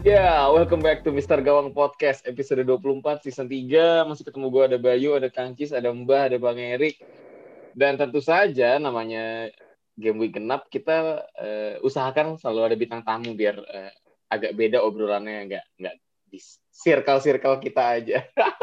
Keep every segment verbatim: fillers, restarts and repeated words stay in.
Ya, yeah, welcome back to Mister Gawang Podcast episode dua puluh empat season tiga. Masih ketemu gue, ada Bayu, ada Kangcis, ada Mbah, ada Bang Erik. Dan tentu saja namanya Game Week genap, kita uh, usahakan selalu ada bintang tamu biar uh, agak beda obrolannya, nggak nggak di circle-circle kita aja.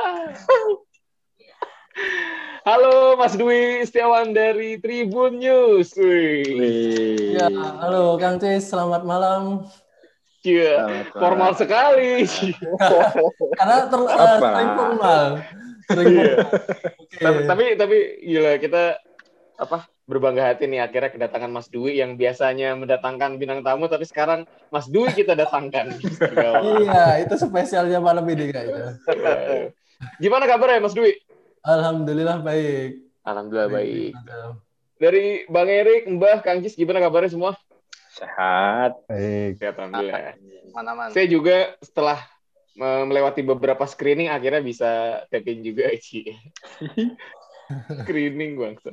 Halo Mas Dwi Setiawan dari Tribun News. Wih. Ya, halo Kang Cis, selamat malam. Iya, formal sekali. Karena ter, uh, sering formal. Sering formal. Okay. Tapi, tapi tapi gila, kita apa berbangga hati nih akhirnya kedatangan Mas Dwi yang biasanya mendatangkan bintang tamu, tapi sekarang Mas Dwi kita datangkan. Iya, itu spesialnya malam ini Kak. Gimana kabar ya Mas Dwi? Alhamdulillah baik. Alhamdulillah baik. baik. Dari Bang Erik, Mbah, Kangcis, gimana kabarnya semua? Sehat. Baik. Sehat, alhamdulillah. Mana-mana. Saya juga setelah melewati beberapa screening akhirnya bisa tap-in juga Ci. Screening bangsa.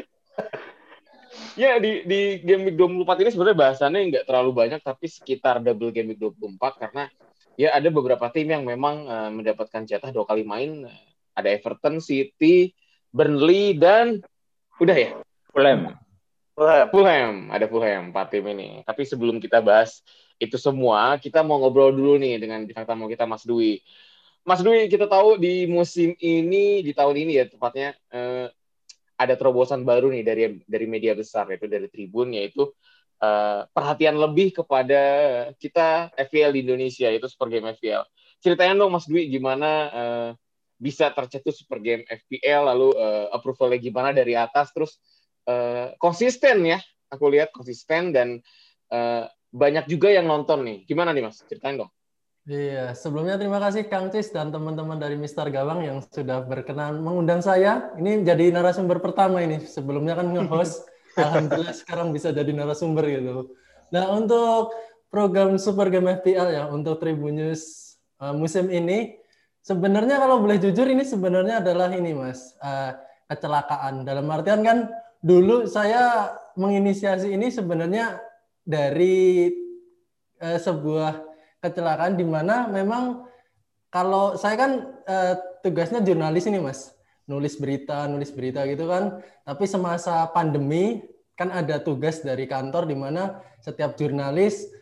Ya di di Game Week dua puluh empat ini sebenarnya bahasannya nggak terlalu banyak, tapi sekitar double Game Week dua puluh empat karena ya ada beberapa tim yang memang uh, mendapatkan jatah dua kali main. Ada Everton, City, Burnley, dan udah ya? Fulham. Fulham. Fulham. Ada Fulham, empat tim ini. Tapi sebelum kita bahas itu semua, kita mau ngobrol dulu nih dengan bintang tamu kita, Mas Dwi. Mas Dwi, kita tahu di musim ini, di tahun ini ya tepatnya, eh, ada terobosan baru nih dari dari media besar, yaitu dari Tribun, yaitu eh, perhatian lebih kepada kita F P L di Indonesia, yaitu Super Game F P L. Ceritain dong Mas Dwi, gimana eh, bisa tercetus Super Game F P L, lalu uh, approval-nya gimana dari atas, terus uh, konsisten ya, aku lihat konsisten dan uh, banyak juga yang nonton nih. Gimana nih Mas? Ceritain dong. Iya, sebelumnya terima kasih Kang Cis dan teman-teman dari Mister Gawang yang sudah berkenan mengundang saya. Ini jadi narasumber pertama ini. Sebelumnya kan nge-host, alhamdulillah sekarang bisa jadi narasumber gitu. Nah, untuk program Super Game F P L ya, untuk Tribun News uh, musim ini, sebenarnya kalau boleh jujur ini sebenarnya adalah ini Mas, uh, kecelakaan. Dalam artian kan dulu saya menginisiasi ini sebenarnya dari uh, sebuah kecelakaan di mana memang kalau saya kan uh, tugasnya jurnalis ini Mas, nulis berita, nulis berita gitu kan. Tapi semasa pandemi kan ada tugas dari kantor di mana setiap jurnalis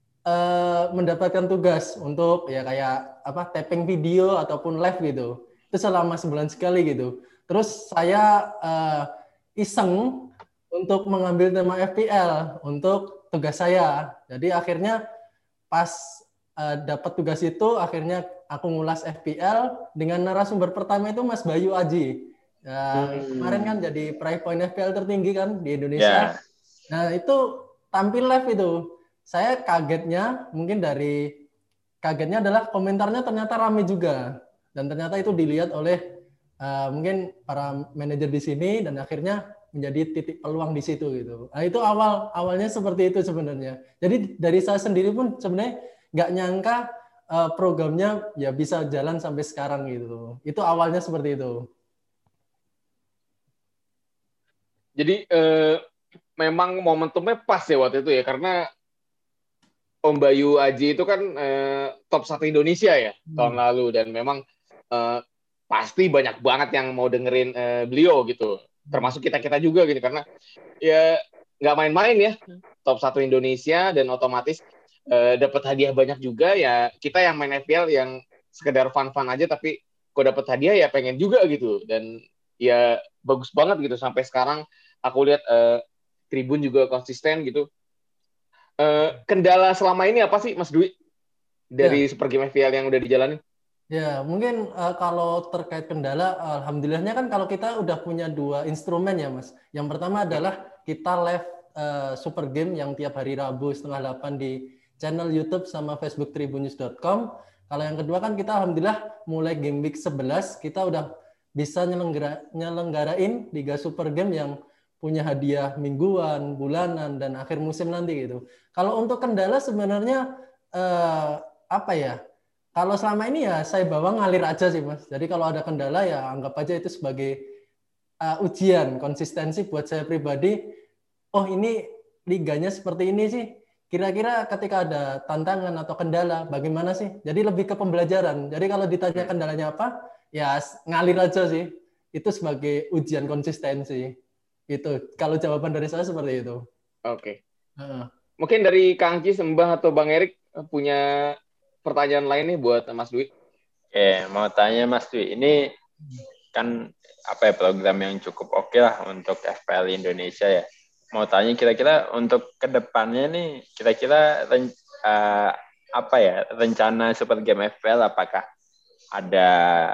Uh, mendapatkan tugas untuk ya kayak apa tapping video ataupun live gitu. Itu selama sebulan sekali gitu. Terus saya uh, iseng untuk mengambil tema F P L untuk tugas saya. Jadi akhirnya pas uh, dapat tugas itu akhirnya aku ngulas F P L dengan narasumber pertama itu Mas Bayu Aji. Yang hmm. kemarin kan jadi prize point F P L tertinggi kan di Indonesia. Yeah. Nah, itu tampil live itu. Saya kagetnya mungkin dari kagetnya adalah komentarnya ternyata ramai juga dan ternyata itu dilihat oleh uh, mungkin para manajer di sini dan akhirnya menjadi titik peluang di situ gitu. Nah, itu awal awalnya seperti itu sebenarnya. Jadi dari saya sendiri pun sebenarnya nggak nyangka uh, programnya ya bisa jalan sampai sekarang gitu. Itu awalnya seperti itu. Jadi uh, memang momentumnya pas ya waktu itu ya, karena Om Bayu Aji itu kan eh, top satu Indonesia ya hmm. tahun lalu, dan memang eh, pasti banyak banget yang mau dengerin eh, beliau gitu, termasuk kita-kita juga gitu, karena ya nggak main-main ya, top satu Indonesia dan otomatis eh, dapat hadiah banyak juga ya. Kita yang main F P L yang sekedar fun-fun aja, tapi kok dapat hadiah ya pengen juga gitu, dan ya bagus banget gitu sampai sekarang. Aku lihat eh, Tribun juga konsisten gitu. Uh, kendala selama ini apa sih Mas Dwi dari ya. Super Game F P L yang udah dijalanin? Ya, mungkin uh, kalau terkait kendala, alhamdulillahnya kan kalau kita udah punya dua instrumen ya Mas. Yang pertama adalah kita live uh, Super Game yang tiap hari Rabu setengah delapan di channel YouTube sama Facebook tribunnews dot com. Kalau yang kedua kan kita alhamdulillah mulai Game Week sebelas kita udah bisa nyelenggara, nyelenggarain Liga Super Game yang punya hadiah mingguan, bulanan, dan akhir musim nanti gitu. Kalau untuk kendala sebenarnya eh, apa ya? Kalau selama ini ya saya bawa ngalir aja sih Mas. Jadi kalau ada kendala ya anggap aja itu sebagai uh, ujian konsistensi buat saya pribadi. Oh ini liganya seperti ini sih. kira-kira ketika ada tantangan atau kendala, bagaimana sih? Jadi lebih ke pembelajaran. Jadi kalau ditanya kendalanya apa, ya ngalir aja sih. Itu sebagai ujian konsistensi. Itu. Kalau jawaban dari saya seperti itu. Oke. Uh. Mungkin dari Kang Cis, Mbah atau Bang Erik punya pertanyaan lain nih buat Mas Dwi. Oke, mau tanya Mas Dwi, ini kan apa ya program yang cukup oke lah untuk F P L Indonesia ya. Mau tanya kira-kira untuk kedepannya nih, kira-kira uh, apa ya rencana Super Game F P L, apakah ada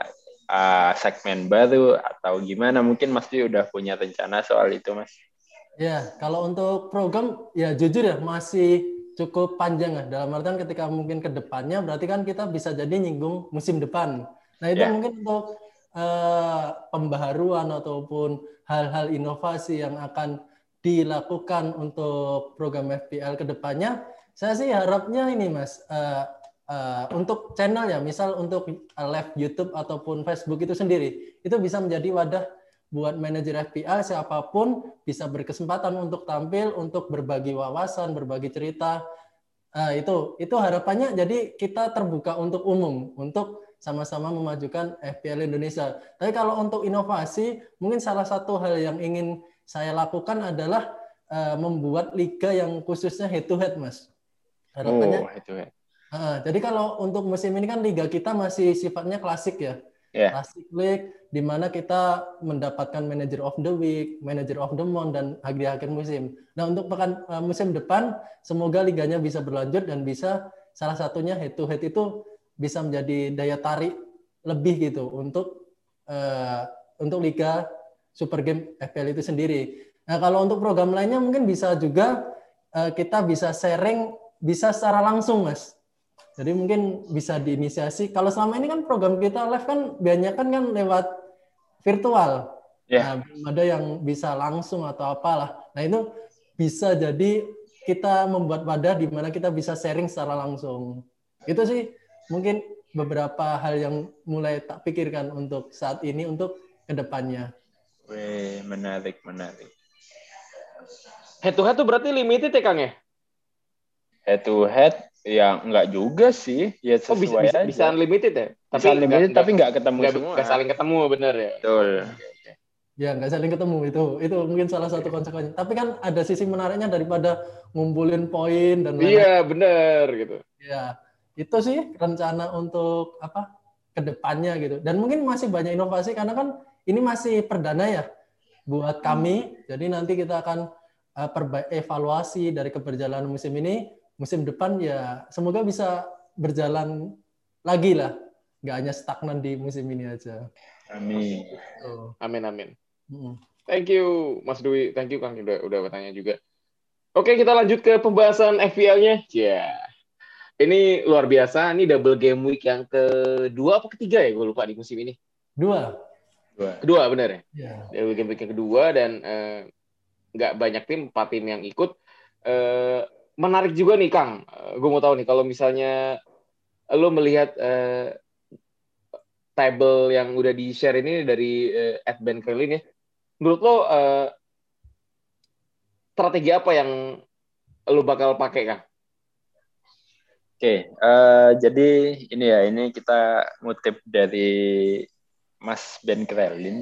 uh, segmen baru atau gimana? Mungkin Mas Dwi udah punya rencana soal itu, Mas. Ya, kalau untuk program ya jujur ya masih cukup panjang ya. Dalam artian ketika mungkin ke depannya berarti kan kita bisa jadi nyinggung musim depan. Nah, itu yeah. mungkin untuk uh, pembaharuan ataupun hal-hal inovasi yang akan dilakukan untuk program F P L ke depannya, saya sih harapnya ini Mas, uh, uh, untuk channel ya, misal untuk live YouTube ataupun Facebook itu sendiri, itu bisa menjadi wadah buat manajer F P L siapapun bisa berkesempatan untuk tampil, untuk berbagi wawasan, berbagi cerita. Nah, itu itu harapannya jadi kita terbuka untuk umum, untuk sama-sama memajukan F P L Indonesia. Tapi kalau untuk inovasi, mungkin salah satu hal yang ingin saya lakukan adalah uh, membuat liga yang khususnya head to head, Mas. Harapannya. Oh, head to head. Uh, jadi kalau untuk musim ini kan liga kita masih sifatnya klasik ya. Yeah. Klasik League, di mana kita mendapatkan Manager of the Week, Manager of the Month, dan di akhir musim. Nah, untuk pekan uh, musim depan, semoga liganya bisa berlanjut dan bisa salah satunya head to head itu bisa menjadi daya tarik lebih gitu untuk uh, untuk liga Super Game F P L itu sendiri. Nah, kalau untuk program lainnya mungkin bisa juga uh, kita bisa sharing, bisa secara langsung, Mas. Jadi mungkin bisa diinisiasi. Kalau selama ini kan program kita live kan banyak kan kan lewat virtual. Yeah. Nah, ada yang bisa langsung atau apalah. Nah, itu bisa jadi kita membuat wadah di mana kita bisa sharing secara langsung. Itu sih mungkin beberapa hal yang mulai tak pikirkan untuk saat ini untuk kedepannya. Wih, menarik, menarik. Head to head tuh berarti limited ya, Kang ya? Head to head ya enggak juga sih, ya sesuai oh, bisa, bisa, aja. Bisa unlimited ya? Tapi bisa unlimited enggak, tapi enggak ketemu enggak, semua. Enggak saling ketemu, bener ya? Betul. Okay, okay. Ya, enggak saling ketemu itu. Itu mungkin salah satu konsekuensi. Tapi kan ada sisi menariknya daripada ngumpulin poin dan lain-lain. Iya, bener gitu. Ya, itu sih rencana untuk apa kedepannya gitu. Dan mungkin masih banyak inovasi karena kan ini masih perdana ya buat kami. Jadi nanti kita akan uh, perba- evaluasi dari keberjalanan musim ini. Musim depan ya semoga bisa berjalan lagi lah. Nggak hanya stagnan di musim ini aja. Amin. Oh. Amin, amin. Hmm. Thank you, Mas Dwi. Thank you, Kang. Udah, udah bertanya juga. Oke, kita lanjut ke pembahasan F P L-nya. Ya, yeah. Ini luar biasa. Ini double game week yang kedua apa ketiga ya? Gue lupa di musim ini. Dua. Dua. Kedua, benar ya? Yeah. Double game week yang kedua dan eh, nggak banyak tim, empat tim yang ikut. Eh, menarik juga nih, Kang. Eh, gue mau tahu nih, kalau misalnya lo melihat eh, table yang udah di-share ini dari eh, at Ben Krillin ya, menurut lo eh, strategi apa yang lo bakal pakai, Kang? Oke, okay, uh, jadi ini ya, ini kita ngutip dari Mas Ben Krillin.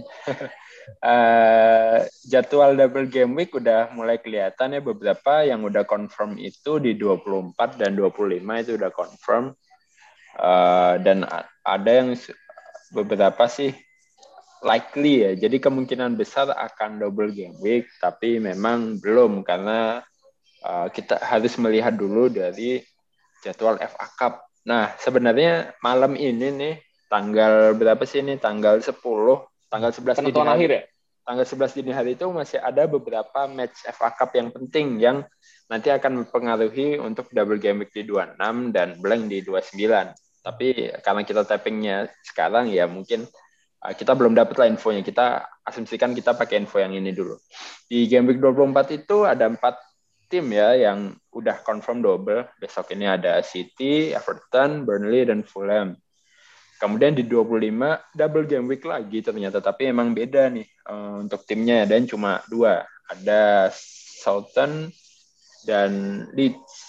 uh, jadwal double game week udah mulai kelihatan ya, beberapa yang udah confirm itu di dua puluh empat dan dua puluh lima itu udah confirm. Uh, dan ada yang beberapa sih likely ya, jadi kemungkinan besar akan double game week, tapi memang belum karena uh, kita harus melihat dulu dari jadwal F A Cup. Nah, sebenarnya malam ini nih, tanggal berapa sih ini? Tanggal sepuluh, tanggal sebelas dini hari. Akhir ya? Tanggal sebelas dini hari itu masih ada beberapa match F A Cup yang penting yang nanti akan mempengaruhi untuk double game week di dua puluh enam dan blank di dua puluh sembilan. Tapi karena kita tappingnya sekarang ya mungkin uh, kita belum dapat lah infonya. Kita asumsikan kita pakai info yang ini dulu. Di game week dua puluh empat itu ada empat tim ya yang udah confirm double. Besok ini ada City, Everton, Burnley, dan Fulham. Kemudian di dua puluh lima double game week lagi ternyata, tapi emang beda nih uh, untuk timnya dan cuma dua. Ada Southampton dan Leeds.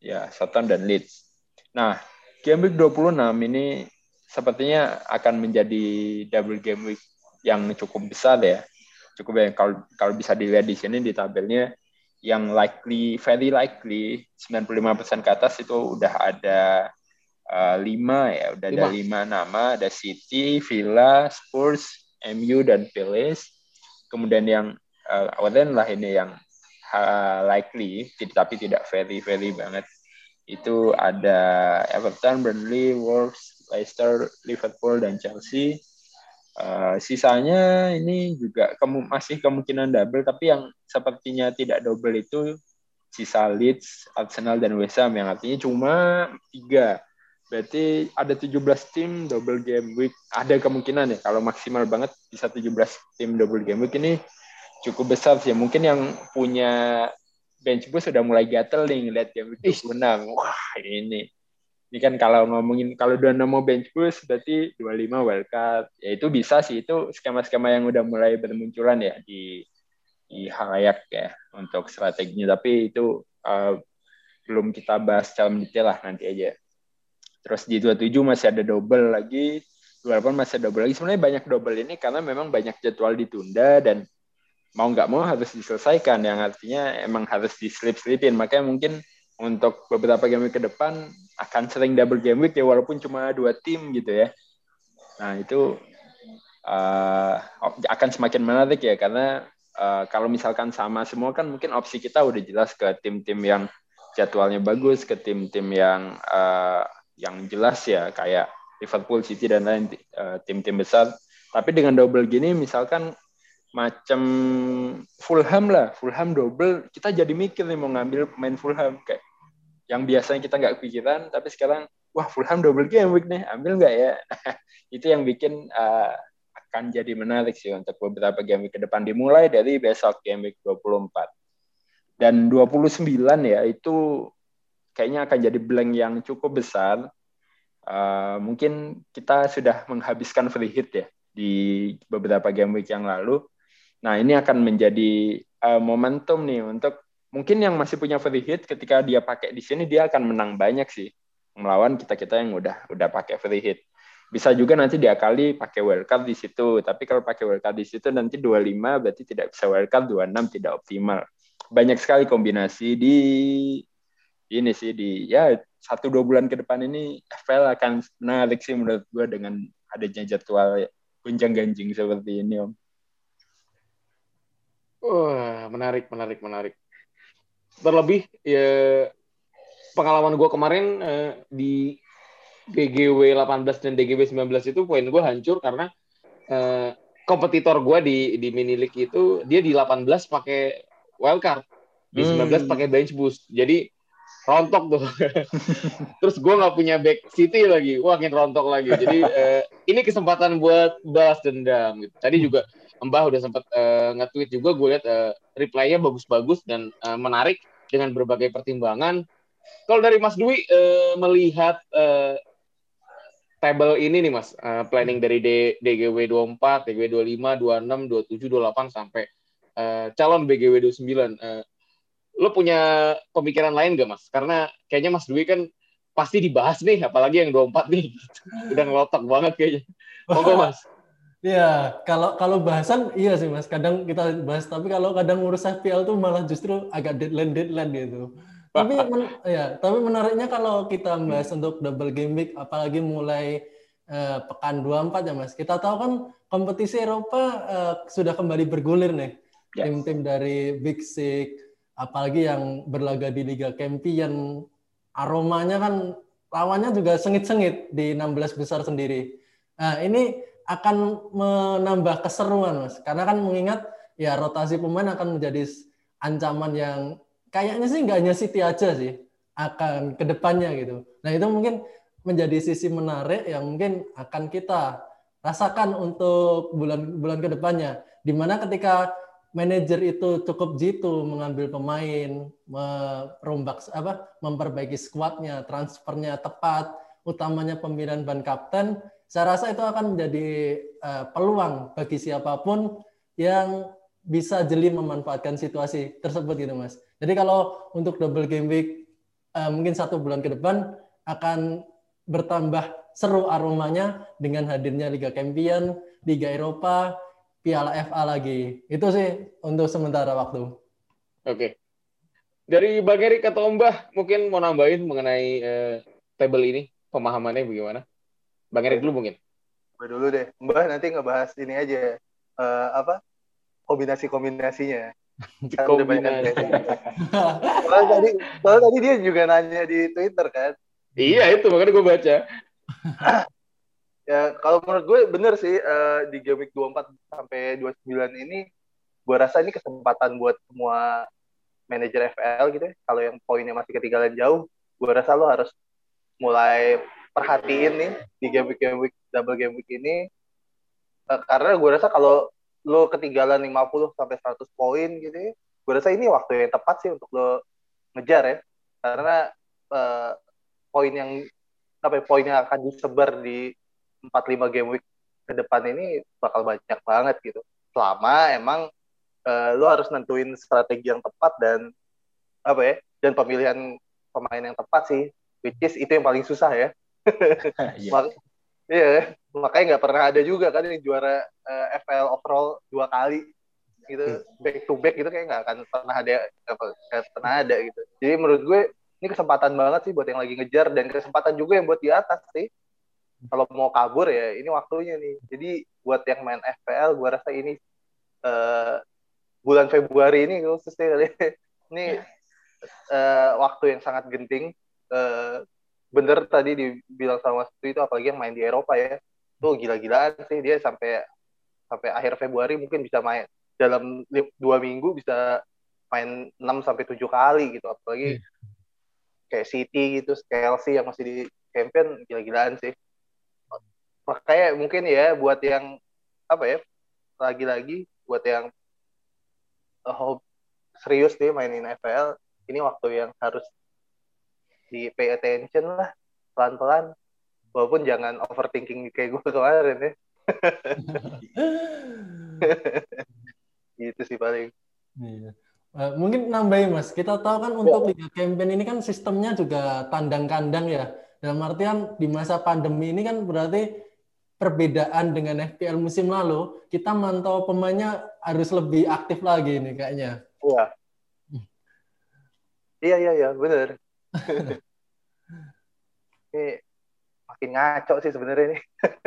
ya Southampton dan Leeds. Nah, game week dua puluh enam ini sepertinya akan menjadi double game week yang cukup besar ya. Cukup ya kalau kalau bisa dilihat di sini di tabelnya, yang likely, very likely sembilan puluh lima persen ke atas itu udah ada uh, lima ya, udah lima. ada lima nama, ada City, Villa, Spurs, M U dan Palace. Kemudian yang uh, Oren lah ini yang uh, likely, tapi tidak very very banget. Itu ada Everton, Burnley, Wolves, Leicester, Liverpool dan Chelsea. Uh, sisanya ini juga kemu- masih kemungkinan double, tapi yang sepertinya tidak double itu sisa Leeds, Arsenal dan West Ham, yang artinya cuma tiga. Berarti ada tujuh belas tim double game week. Ada kemungkinan ya kalau maksimal banget bisa tujuh belas tim double game week. Ini cukup besar sih. Mungkin yang punya bench boost sudah mulai gatel nih ngeliat game week dua puluh enam. Wah, ini ini kan kalau ngomongin kalau udah nemu bench boost berarti dua puluh lima wildcard. Ya itu bisa sih, itu skema-skema yang udah mulai bermunculan ya di di halayak ya untuk strateginya, tapi itu uh, belum kita bahas secara detail lah, nanti aja. Terus di dua puluh tujuh masih ada double lagi, dua puluh delapan masih ada double lagi. Sebenarnya banyak double ini karena memang banyak jadwal ditunda dan mau nggak mau harus diselesaikan, yang artinya emang harus diselip-selipin. Makanya mungkin untuk beberapa game week ke depan akan sering double game week ya, walaupun cuma dua tim gitu ya. Nah itu uh, akan semakin menarik ya, karena uh, kalau misalkan sama semua kan mungkin opsi kita udah jelas ke tim-tim yang jadwalnya bagus, ke tim-tim yang uh, yang jelas ya, kayak Liverpool, City dan lain uh, tim-tim besar. Tapi dengan double gini, misalkan macam Fulham lah, Fulham double, kita jadi mikir nih mau ngambil pemain Fulham, kayak yang biasanya kita nggak kepikiran, tapi sekarang wah Fulham double game week nih, ambil nggak ya? Itu yang bikin uh, akan jadi menarik sih untuk beberapa game week ke depan, dimulai dari besok game week dua puluh empat. Dan dua puluh sembilan ya, itu kayaknya akan jadi blank yang cukup besar. Uh, mungkin kita sudah menghabiskan free hit ya di beberapa game week yang lalu. Nah, ini akan menjadi uh, momentum nih untuk mungkin yang masih punya free hit, ketika dia pakai di sini dia akan menang banyak sih melawan kita-kita yang udah udah pakai free hit. Bisa juga nanti diakali pakai wildcard di situ. Tapi kalau pakai wildcard di situ nanti dua puluh lima berarti tidak bisa wildcard, dua puluh enam tidak optimal. Banyak sekali kombinasi di ini sih, di ya satu dua bulan ke depan ini F P L akan menarik sih menurut gue dengan adanya jadwal gonjang-ganjing seperti ini, Om. Wah, menarik, menarik, menarik. Terlebih ya pengalaman gue kemarin eh, di D G W delapan belas dan D G W sembilan belas itu poin gue hancur karena eh, kompetitor gue di di mini league itu dia di delapan belas pakai wildcard, di sembilan belas pakai bench boost. Jadi rontok tuh. Terus gue nggak punya back City lagi, wah makin rontok lagi. Jadi eh, ini kesempatan buat balas dendam. Gitu. Tadi juga Mbah udah sempat uh, nge-tweet juga, gue lihat uh, reply-nya bagus-bagus dan uh, menarik dengan berbagai pertimbangan. Kalau dari Mas Dwi uh, melihat uh, table ini nih Mas, uh, planning dari D- DGW dua puluh empat, D G W dua puluh lima, dua puluh enam, dua puluh tujuh, dua puluh delapan sampai uh, calon B G W dua puluh sembilan. Uh, lo punya pemikiran lain gak Mas? Karena kayaknya Mas Dwi kan pasti dibahas nih, apalagi yang dua puluh empat nih. Udah ngelotok banget kayaknya. Monggo Mas. Ya, kalau kalau bahasan iya sih Mas, kadang kita bahas, tapi kalau kadang ngurus F P L tuh malah justru agak deadline-deadline gitu. Tapi men, ya, tapi menariknya kalau kita bahas untuk double game week, apalagi mulai eh, pekan dua puluh empat ya Mas. Kita tahu kan kompetisi Eropa eh, sudah kembali bergulir nih. Yes. Tim-tim dari Big Six, apalagi yang berlaga di Liga Champion, aromanya kan lawannya juga sengit-sengit di enam belas besar sendiri. Nah, ini akan menambah keseruan Mas, karena kan mengingat ya rotasi pemain akan menjadi ancaman yang kayaknya sih nggak hanya City aja sih, akan ke depannya gitu. Nah itu mungkin menjadi sisi menarik yang mungkin akan kita rasakan untuk bulan-bulan ke depannya, di mana ketika manajer itu cukup jitu mengambil pemain, merombak apa, memperbaiki skuadnya, transfernya tepat, utamanya pemilihan ban kapten. Saya rasa itu akan menjadi uh, peluang bagi siapapun yang bisa jeli memanfaatkan situasi tersebut gitu Mas. Jadi kalau untuk double game week uh, mungkin satu bulan ke depan akan bertambah seru aromanya dengan hadirnya Liga Champions, Liga Eropa, Piala F A lagi. Itu sih untuk sementara waktu. Oke. Dari Bang Erik atau Mbah mungkin mau nambahin mengenai uh, table ini, pemahamannya bagaimana? Bang Erik dulu mungkin. Gue dulu deh. Mbah nanti ngebahas ini aja. Uh, apa? Kombinasi-kombinasinya. Kan udah banyak. Soalnya tadi, soalnya tadi dia juga nanya di Twitter kan. Iya itu, makanya gue baca. Ya, kalau menurut gue bener sih uh, di game week dua puluh empat sampai dua puluh sembilan ini gue rasa ini kesempatan buat semua manajer F P L gitu ya. Kalau yang poinnya masih ketinggalan jauh, gue rasa lo harus mulai perhatiin nih di game week game week double game week ini. Uh, karena gue rasa kalau lo ketinggalan lima puluh sampai seratus poin gitu ya, gue rasa ini waktu yang tepat sih untuk lo ngejar ya. Karena uh, poin yang apa ya, poin yang akan disebar di empat lima game week ke depan ini bakal banyak banget gitu. Selama emang uh, lo harus nentuin strategi yang tepat dan apa ya, dan pemilihan pemain yang tepat sih, which is itu yang paling susah ya. Iya, Mak- yeah, makanya nggak pernah ada juga kan yang juara uh, F L overall dua kali gitu, back to back gitu kayak nggak akan pernah ada, nggak pernah ada gitu. Jadi menurut gue ini kesempatan banget sih buat yang lagi ngejar dan kesempatan juga yang buat di atas sih. Kalau mau kabur ya ini waktunya nih. Jadi buat yang main F P L gue rasa ini uh, bulan Februari ini khususnya kali ini uh, waktu yang sangat genting. Uh, bener tadi dibilang sama Stu itu, apalagi yang main di Eropa ya, tuh gila-gilaan sih dia sampai sampai akhir Februari mungkin bisa main dalam dua minggu bisa main enam sampai tujuh kali gitu, apalagi kayak City gitu, Chelsea yang masih di champion, gila-gilaan sih. Makanya mungkin ya buat yang apa ya, lagi-lagi buat yang oh, serius nih mainin F P L, ini waktu yang harus di pay attention lah, pelan-pelan, walaupun jangan overthinking kayak gue kemarin ya. Gitu sih paling. Iya. Uh, mungkin nambahin Mas, kita tahu kan untuk Liga Champions ini kan sistemnya juga tandang kandang ya. Dalam artian di masa pandemi ini kan berarti perbedaan dengan F P L musim lalu, kita mantau pemainnya harus lebih aktif lagi nih kayaknya. Iya. Iya iya iya, benar. Ini makin ngaco sih sebenarnya nih.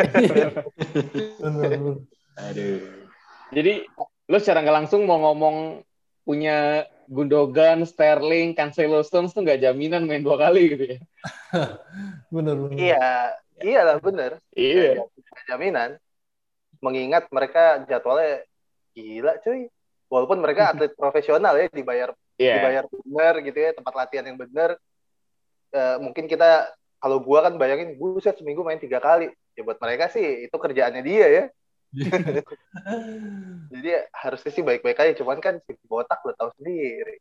Aduh. Jadi lo secara nggak langsung mau ngomong punya Gundogan, Sterling, Cancelo, Stones tuh nggak jaminan main dua kali gitu ya? Bener bener. Iya, iyalah bener. Iya. Gak jaminan. Mengingat mereka jadwalnya gila cuy. Walaupun mereka atlet profesional ya, dibayar yeah. dibayar bener gitu ya, tempat latihan yang bener. Uh, mungkin kita, kalau gua kan bayangin, buset seminggu main tiga kali. Ya buat mereka sih itu kerjaannya dia ya. Jadi harusnya sih baik-baik aja, cuman kan si botak lo tahu sendiri.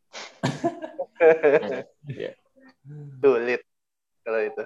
Sulit kalau itu.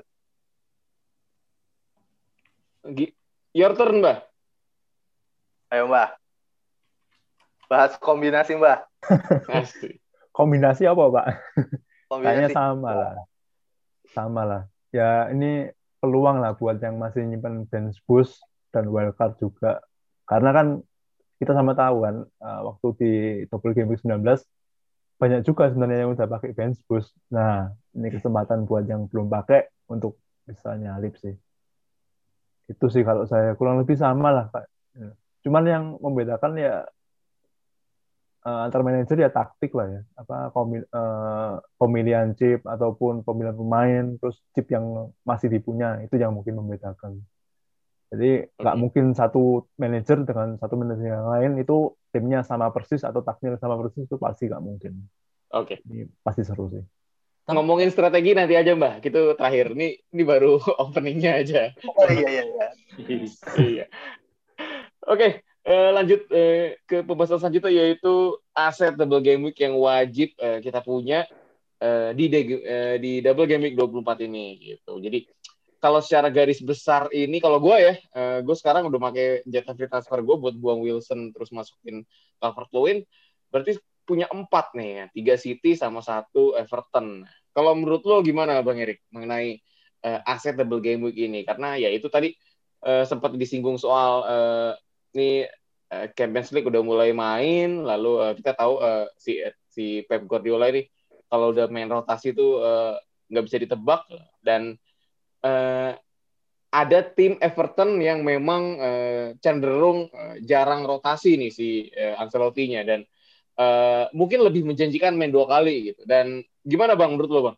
Your turn, Mbah. Ayo, Mbah. Bahas kombinasi, Mbah. Kombinasi apa, Pak? Kombinasi. Kayaknya sama lah. Sama lah. Ya, ini peluang lah buat yang masih nyimpen bench boost dan wildcard juga. Karena kan kita sama tahu kan, uh, waktu di double game week sembilan belas, banyak juga sebenarnya yang udah pakai bench boost. Nah, ini kesempatan buat yang belum pakai untuk bisa nyalip sih. Itu sih kalau saya kurang lebih sama lah, Pak. Cuman yang membedakan ya uh, antar manajer ya taktik lah ya. Apa komil, uh, pemilihan chip ataupun pemilihan pemain, terus chip yang masih dipunya, itu yang mungkin membedakan. Jadi nggak okay. mungkin satu manajer dengan satu manajer yang lain itu timnya sama persis atau taktiknya sama persis, itu pasti nggak mungkin. Oke. Okay. Ini pasti seru sih. Ngomongin strategi nanti aja Mbak, gitu terakhir. Ini ini baru openingnya aja. Oh iya iya iya. Iya. Oke, eh, lanjut eh, ke pembahasan selanjutnya, yaitu aset double game week yang wajib eh, kita punya eh, di eh, di double game week dua puluh empat ini gitu. Jadi kalau secara garis besar ini, kalau gue ya, uh, gue sekarang udah pakai jatah free transfer gue buat buang Wilson terus masukin Calvert-Lewin, berarti punya empat nih ya, tiga City sama satu Everton. Kalau menurut lo gimana Bang Erik mengenai uh, aset double game week ini? Karena ya itu tadi uh, sempat disinggung soal uh, ini uh, Champions League udah mulai main, lalu uh, kita tahu uh, si si Pep Guardiola ini kalau udah main rotasi itu nggak uh, bisa ditebak, dan uh, ada tim Everton yang memang uh, cenderung uh, jarang rotasi nih si uh, Ancelotti-nya, dan uh, mungkin lebih menjanjikan main dua kali gitu. Dan gimana Bang menurut lo Bang?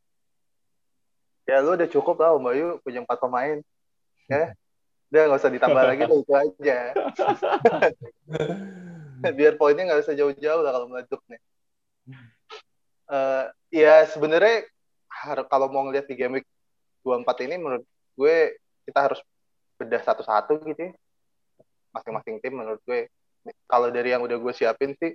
Ya lu udah cukup lah Om Bayu punya empat pemain. Ya, udah nggak usah ditambah lagi tuh itu aja. Biar poinnya nggak usah jauh-jauh lah kalau meleduk nih. Uh, ya sebenarnya kalau mau ngeliat di game week dua puluh empat ini menurut gue kita harus bedah satu-satu gitu ya. Masing-masing tim menurut gue. Kalau dari yang udah gue siapin sih,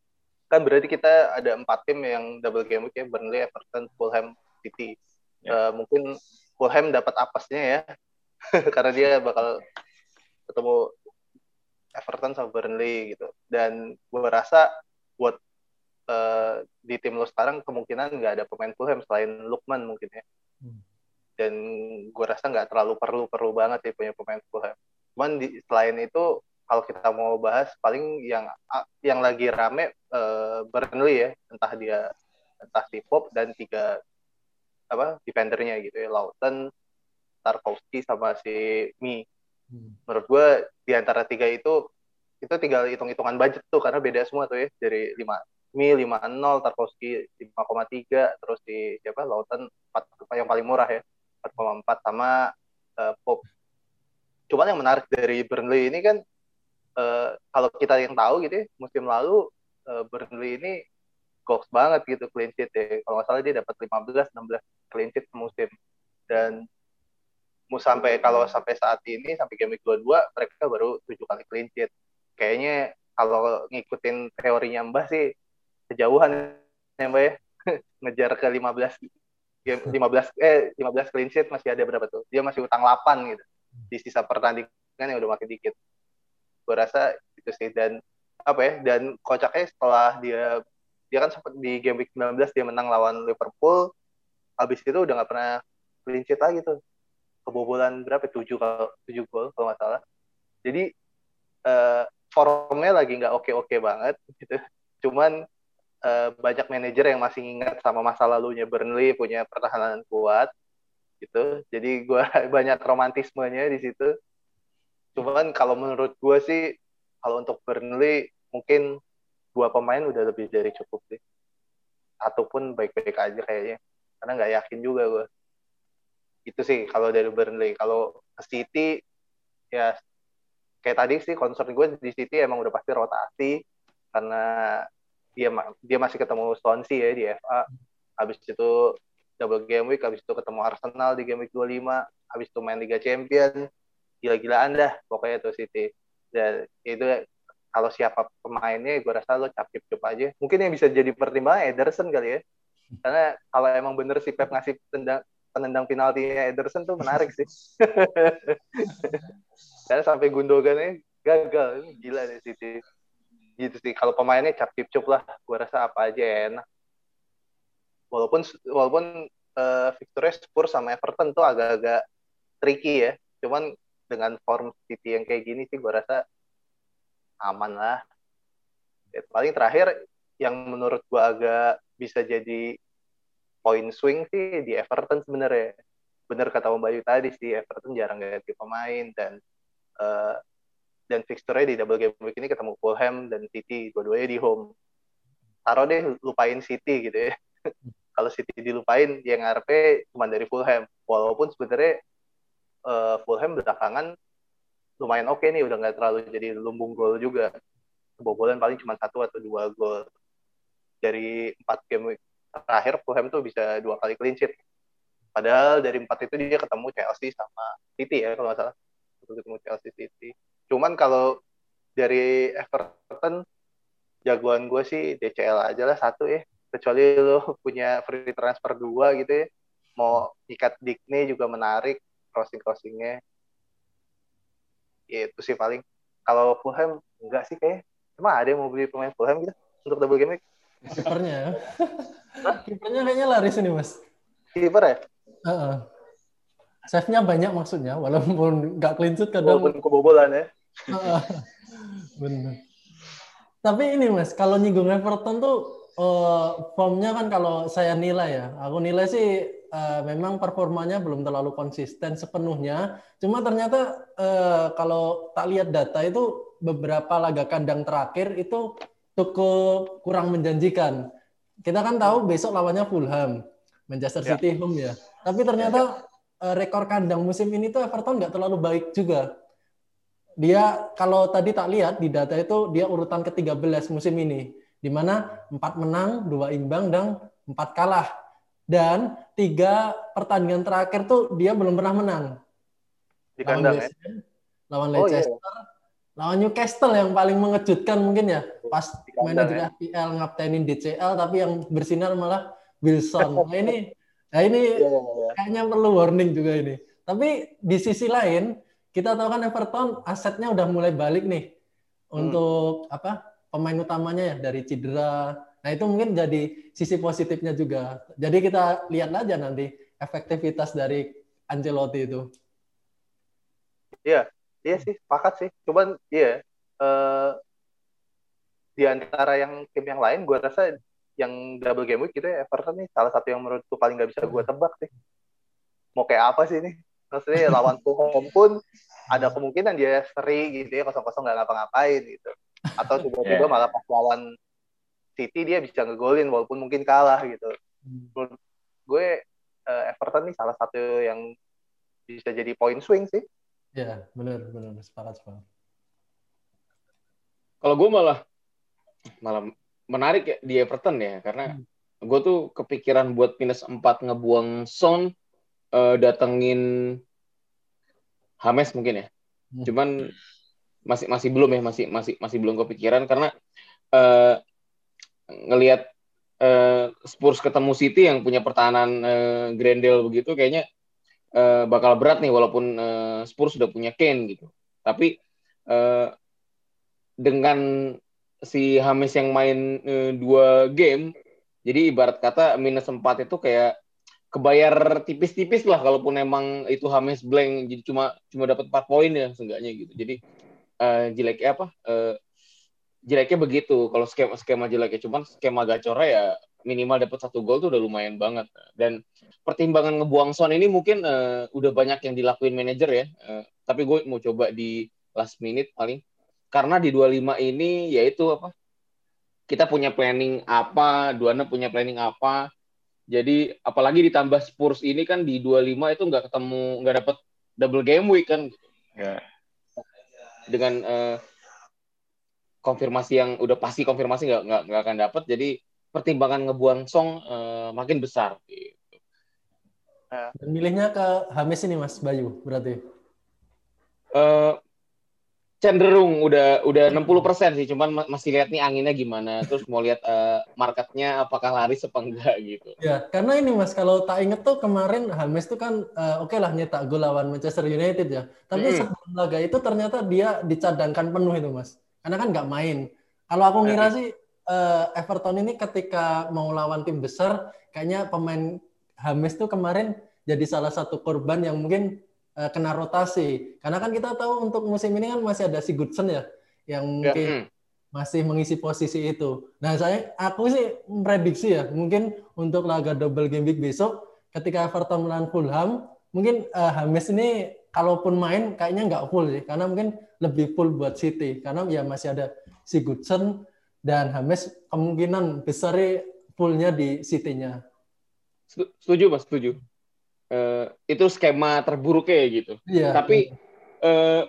kan berarti kita ada empat tim yang double game week ya, Burnley, Everton, Fulham, City. Ya. Uh, mungkin Fulham dapat apesnya ya, karena dia bakal ketemu Everton sama Burnley gitu. Dan gue rasa buat uh, di tim lo sekarang kemungkinan nggak ada pemain Fulham selain Lukman mungkin ya. Hmm. Dan gue rasa nggak terlalu perlu-perlu banget ya punya pemain Fulham. Cuman di, selain itu kalau kita mau bahas paling yang yang lagi rame uh, Burnley ya, entah dia entah si Pop dan tiga apa defendernya gitu ya, Lawton, Tarkowski sama si Mi. Hmm. Menurut gue di antara tiga itu itu tinggal hitung-hitungan budget tuh karena beda semua tuh ya, dari lima Mi lima nol, Tarkowski lima koma tiga, terus di siapa Lawton empat yang paling murah ya empat koma empat sama uh, Pop. Cuman yang menarik dari Burnley ini kan uh, kalau kita yang tahu gitu ya, musim lalu uh, Burnley ini goks banget gitu clean sheet ya. Kalau nggak salah dia dapat lima belas enam belas clean sheet semusim. Dan mau sampai kalau sampai saat ini sampai game week dua puluh dua mereka baru tujuh kali clean sheet. Kayaknya kalau ngikutin teorinya Mbah sih kejauhan ya Mbak ya. Ngejar ke lima belas lima belas eh lima belas clean sheet masih ada berapa tuh? Dia masih utang delapan gitu. Di sisa pertandingan yang udah makin dikit. Gue rasa itu sih. Dan apa ya? Dan kocaknya setelah dia dia kan sempat di game week sembilan belas dia menang lawan Liverpool. Habis itu udah nggak pernah clean sheet lagi tuh. Kebobolan berapa? tujuh tujuh gol kalau nggak salah. Jadi uh, formnya lagi nggak oke-oke banget gitu. Cuman uh, banyak manajer yang masih ingat sama masa lalunya Burnley punya pertahanan kuat gitu. Jadi gue banyak romantismenya di situ. Cuman kalau menurut gue sih kalau untuk Burnley mungkin dua pemain udah lebih dari cukup sih. Satu pun baik-baik aja kayaknya. Karena nggak yakin juga gue. Itu sih kalau dari Burnley. Kalau ke City ya kayak tadi sih concern gue di City emang udah pasti rotasi karena dia dia masih ketemu Swansea ya di F A. Habis itu double game week, habis itu ketemu Arsenal di game week dua puluh lima, habis itu main Liga Champions. Gila-gilaan dah pokoknya tuh City. Dan itu kalau siapa pemainnya gue rasa lo cap-cap aja. Mungkin yang bisa jadi pertimbangan Ederson kali ya. Karena kalau emang bener si Pep ngasih tendang penendang penaltinya Ederson tuh menarik sih. Karena sampai Gundogannya gagal, gila deh City. Gitu sih. Kalau pemainnya cap-cap lah, gue rasa apa aja enak. Walaupun walaupun uh, Victoria Spurs sama Everton tuh agak-agak tricky ya. Cuman dengan form City yang kayak gini sih gue rasa aman lah. Ya, paling terakhir yang menurut gue agak bisa jadi point swing sih di Everton sebenarnya. Bener kata Om Bayu tadi sih, Everton jarang ganti pemain dan uh, dan fixture-nya di double game week ini ketemu Fulham dan City, dua-duanya di home. Taruh deh lupain City gitu ya. Kalau City dilupain, yang ngarepnya cuma dari Fulham. Walaupun sebenarnya uh, Fulham belakangan lumayan oke okay nih, udah nggak terlalu jadi lumbung gol juga. Kebobolan paling cuma satu atau dua gol. Dari empat game week terakhir, Fulham tuh bisa dua kali clean sheet. Padahal dari empat itu dia ketemu Chelsea sama City ya, kalau nggak salah. Ketemu Chelsea City. Cuman kalau dari Everton, jagoan gue sih D C L aja lah satu ya. Kecuali lo punya free transfer dua gitu ya. Mau ikat Digne juga menarik, crossing-crossingnya. Ya, itu sih paling. Kalau Fulham, enggak sih kayaknya. Emang ada yang mau beli pemain Fulham gitu? Untuk double game week? Kipernya. Kipernya kayaknya laris ini, Mas. Kiper ya? Uh-uh. Save-nya banyak maksudnya, walaupun nggak clean sheet kadang. Walaupun kebobolan ya. Uh-uh. Benar. Tapi ini Mas, kalau nyinggung Everton tuh uh, formnya kan kalau saya nilai ya, aku nilai sih uh, memang performanya belum terlalu konsisten sepenuhnya. Cuma ternyata uh, kalau tak lihat data itu beberapa laga kandang terakhir itu cukup kurang menjanjikan. Kita kan tahu besok lawannya Fulham, Manchester Ya. City home ya. Tapi ternyata uh, rekor kandang musim ini tuh Everton nggak terlalu baik juga. Dia kalau tadi tak lihat di data itu dia urutan ke tiga belas musim ini, di mana empat menang, dua imbang dan empat kalah. Dan tiga pertandingan terakhir tuh dia belum pernah menang. Di Lawan kandang West ya. Ham, lawan Oh, iya. Leicester, lawan Newcastle yang paling mengejutkan mungkin ya. Pas Di kandang manajer ya. F P L ngaptenin D C L tapi yang bersinar malah Wilson. Nah ini, nah ini Iya, iya, iya. kayaknya perlu warning juga ini. Tapi di sisi lain kita tahu kan Everton asetnya udah mulai balik nih untuk hmm. apa pemain utamanya ya dari cedera. Nah itu mungkin jadi sisi positifnya juga. Jadi kita lihat aja nanti efektivitas dari Ancelotti itu. Iya, iya sih, sepakat sih. Cuman iya, eh, di antara yang tim yang lain, gue rasa yang double game week gitu ya, Everton nih salah satu yang menurutku paling nggak bisa gue tebak sih. Mau kayak apa sih ini? Maksudnya lawan Fulham pun ada kemungkinan dia seri gitu ya, kosong-kosong nggak ngapa-ngapain gitu. Atau tiba-tiba yeah. malah pas lawan City dia bisa ngegolin walaupun mungkin kalah gitu. Menurut gue uh, Everton nih salah satu yang bisa jadi point swing sih. Ya, benar, benar, sepakat, sepakat. Kalau gue malah malah menarik ya di Everton ya, karena hmm. gue tuh kepikiran buat minus empat ngebuang Son, uh, datengin James mungkin ya. Hmm. Cuman masih masih belum ya, masih masih masih belum kepikiran karena uh, ngelihat uh, Spurs ketemu City yang punya pertahanan uh, Grendel begitu kayaknya uh, bakal berat nih walaupun uh, Spurs sudah punya Kane gitu. Tapi uh, dengan si James yang main uh, dua game, jadi ibarat kata minus empat itu kayak kebayar tipis-tipis lah kalaupun emang itu James blank, jadi cuma cuma dapat empat poin ya seenggaknya gitu. Jadi uh, jeleknya apa? Uh, jeleknya begitu. Kalau skema skema jeleknya, cuman skema gacornya ya minimal dapat satu gol tuh udah lumayan banget. Dan pertimbangan ngebuang Son ini mungkin uh, udah banyak yang dilakuin manajer ya. Uh, tapi gue mau coba di last minute paling. Karena di dua puluh lima ini yaitu apa? Kita punya planning apa, dua puluh enam punya planning apa. Jadi apalagi ditambah Spurs ini kan di dua puluh lima itu nggak ketemu, nggak dapat double game week kan. Ya. Dengan uh, konfirmasi yang udah pasti konfirmasi nggak nggak nggak akan dapat, jadi pertimbangan ngebuang Song uh, makin besar. Gitu. Dan milihnya ke James ini Mas Bayu berarti? Uh, cenderung udah udah enam puluh persen sih, cuman masih lihat nih anginnya gimana, terus mau lihat uh, marketnya apakah laris apa enggak gitu. Ya, karena ini Mas, kalau tak inget tuh kemarin James tuh kan uh, oke okay lah nyetak gol lawan Manchester United ya, tapi hmm. sebelum laga itu ternyata dia dicadangkan penuh itu Mas, karena kan nggak main. Kalau aku ngira hmm. sih uh, Everton ini ketika mau lawan tim besar, kayaknya pemain James tuh kemarin jadi salah satu korban yang mungkin kena rotasi, karena kan kita tahu untuk musim ini kan masih ada si Goodson ya yang mungkin ya. masih mengisi posisi itu. Nah saya aku sih memprediksi ya mungkin untuk laga double game week besok ketika Everton melawan Fulham mungkin uh, James ini kalaupun main kayaknya nggak full sih, karena mungkin lebih full buat City karena ya masih ada si Goodson dan James kemungkinan besar fullnya di City-nya. Setuju Mas, setuju. Uh, itu skema terburuknya gitu. Yeah. Tapi uh,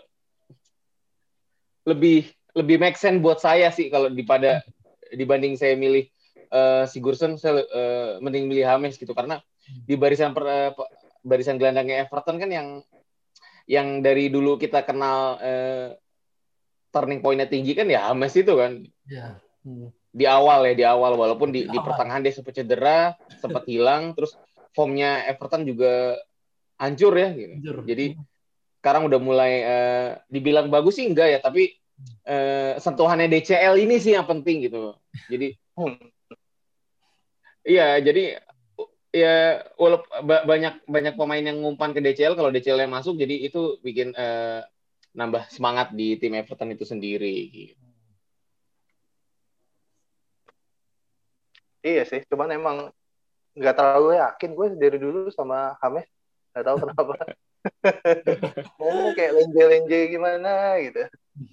lebih lebih make sense buat saya sih kalau daripada dibanding saya milih uh, Sigurdsson, saya uh, mending milih James gitu, karena di barisan per, uh, barisan gelandangnya Everton kan yang yang dari dulu kita kenal uh, turning point-nya tinggi kan ya James itu kan. Yeah. Hmm. Di awal ya di awal walaupun di, di pertengahan dia sempat cedera, sempat hilang, terus formnya Everton juga hancur ya gitu. Hancur. Jadi sekarang udah mulai uh, dibilang bagus sih enggak ya, tapi uh, sentuhannya D C L ini sih yang penting gitu. Jadi Iya, jadi ya walaupun banyak banyak pemain yang ngumpan ke D C L, kalau D C L yang masuk, jadi itu bikin uh, nambah semangat di tim Everton itu sendiri. Gitu. Iya sih, cuman emang nggak terlalu yakin gue dari dulu sama James, nggak tahu kenapa. Ngomong kayak lenje-lenje gimana gitu.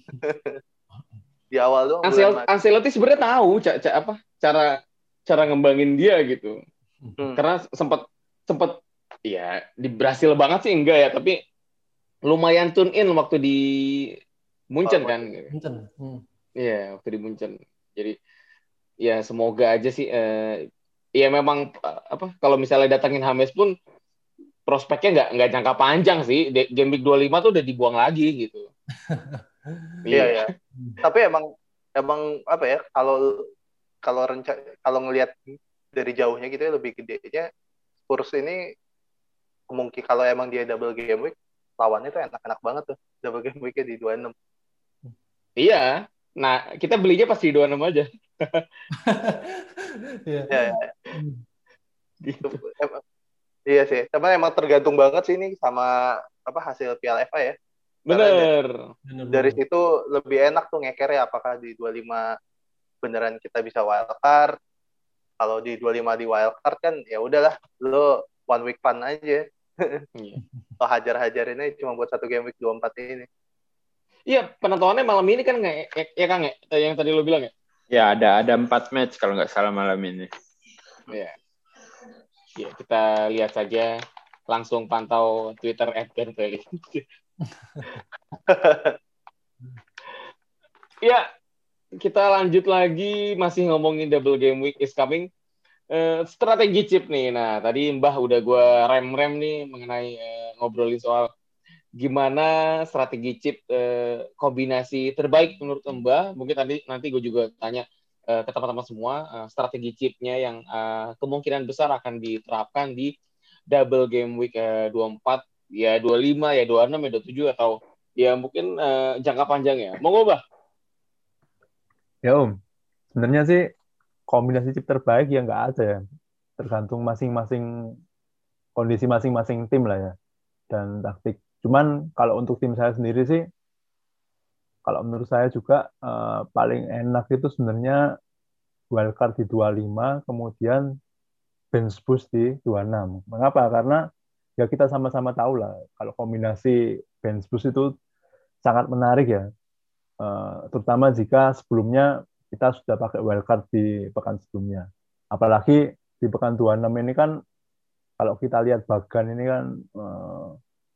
Di awal doang Ansel Ancelotti sebenarnya tahu ca, ca, apa cara cara ngembangin dia gitu. Hmm. Karena sempat sempat ya di Brasil banget sih enggak ya, tapi lumayan tune in waktu di Munchen oh, kan. Munchen. Hmm. Iya, waktu di Munchen. Jadi ya semoga aja sih eh, ya memang apa kalau misalnya datangin James pun prospeknya nggak nggak jangka panjang sih. Game week dua puluh lima tuh udah dibuang lagi gitu. Iya ya. Tapi emang emang apa ya, kalau kalau rencana kalau ngelihat dari jauhnya gitu ya, lebih gedenya Spurs ini mungkin kalau emang dia double game week, lawannya tuh enak-enak banget tuh double game weeknya di dua puluh enam. Iya. Nah, kita belinya pasti di dua puluh enam aja. Iya. Ya, ya. Gitu. Iya sih. Tapi emang tergantung banget sih ini sama apa hasil Piala F A ya. Bener. Dari, dari situ lebih enak tuh ngeker ya, apakah di dua puluh lima beneran kita bisa wildcard. Kalau di dua puluh lima di wildcard kan ya udahlah, lo one week fun aja. Lo hajar-hajarin aja cuma buat satu game week dua puluh empat ini. Iya, penentuannya malam ini kan nggak ya, ya Kang ya, yang tadi lo bilang ya? Ya, ada ada empat match kalau nggak salah malam ini. Iya. Ya, kita lihat saja, langsung pantau Twitter at Ben Feli. Ya, kita lanjut lagi, masih ngomongin double game week is coming. Uh, strategi chip nih. Nah, tadi Mbah udah gue rem-rem nih mengenai uh, ngobrolin soal gimana strategi chip uh, kombinasi terbaik menurut Mbah. Mungkin tadi nanti gue juga tanya uh, ke teman-teman semua uh, strategi chipnya yang uh, kemungkinan besar akan diterapkan di double game week uh, dua puluh empat, ya dua puluh lima, ya dua puluh enam, ya dua puluh tujuh, atau ya mungkin uh, jangka panjang ya. Monggo, Mbah. Ya Om, sebenarnya sih kombinasi chip terbaik ya nggak ada ya. Tergantung masing-masing kondisi masing-masing tim lah ya. Dan taktik. Cuman kalau untuk tim saya sendiri sih, kalau menurut saya juga eh, paling enak itu sebenarnya wildcard di dua puluh lima, kemudian bench boost di dua puluh enam. Mengapa? Karena ya kita sama-sama tahu lah, kalau kombinasi bench boost itu sangat menarik ya. Uh, terutama jika sebelumnya kita sudah pakai wildcard di pekan sebelumnya. Apalagi di pekan dua puluh enam ini kan, kalau kita lihat bagan ini kan uh,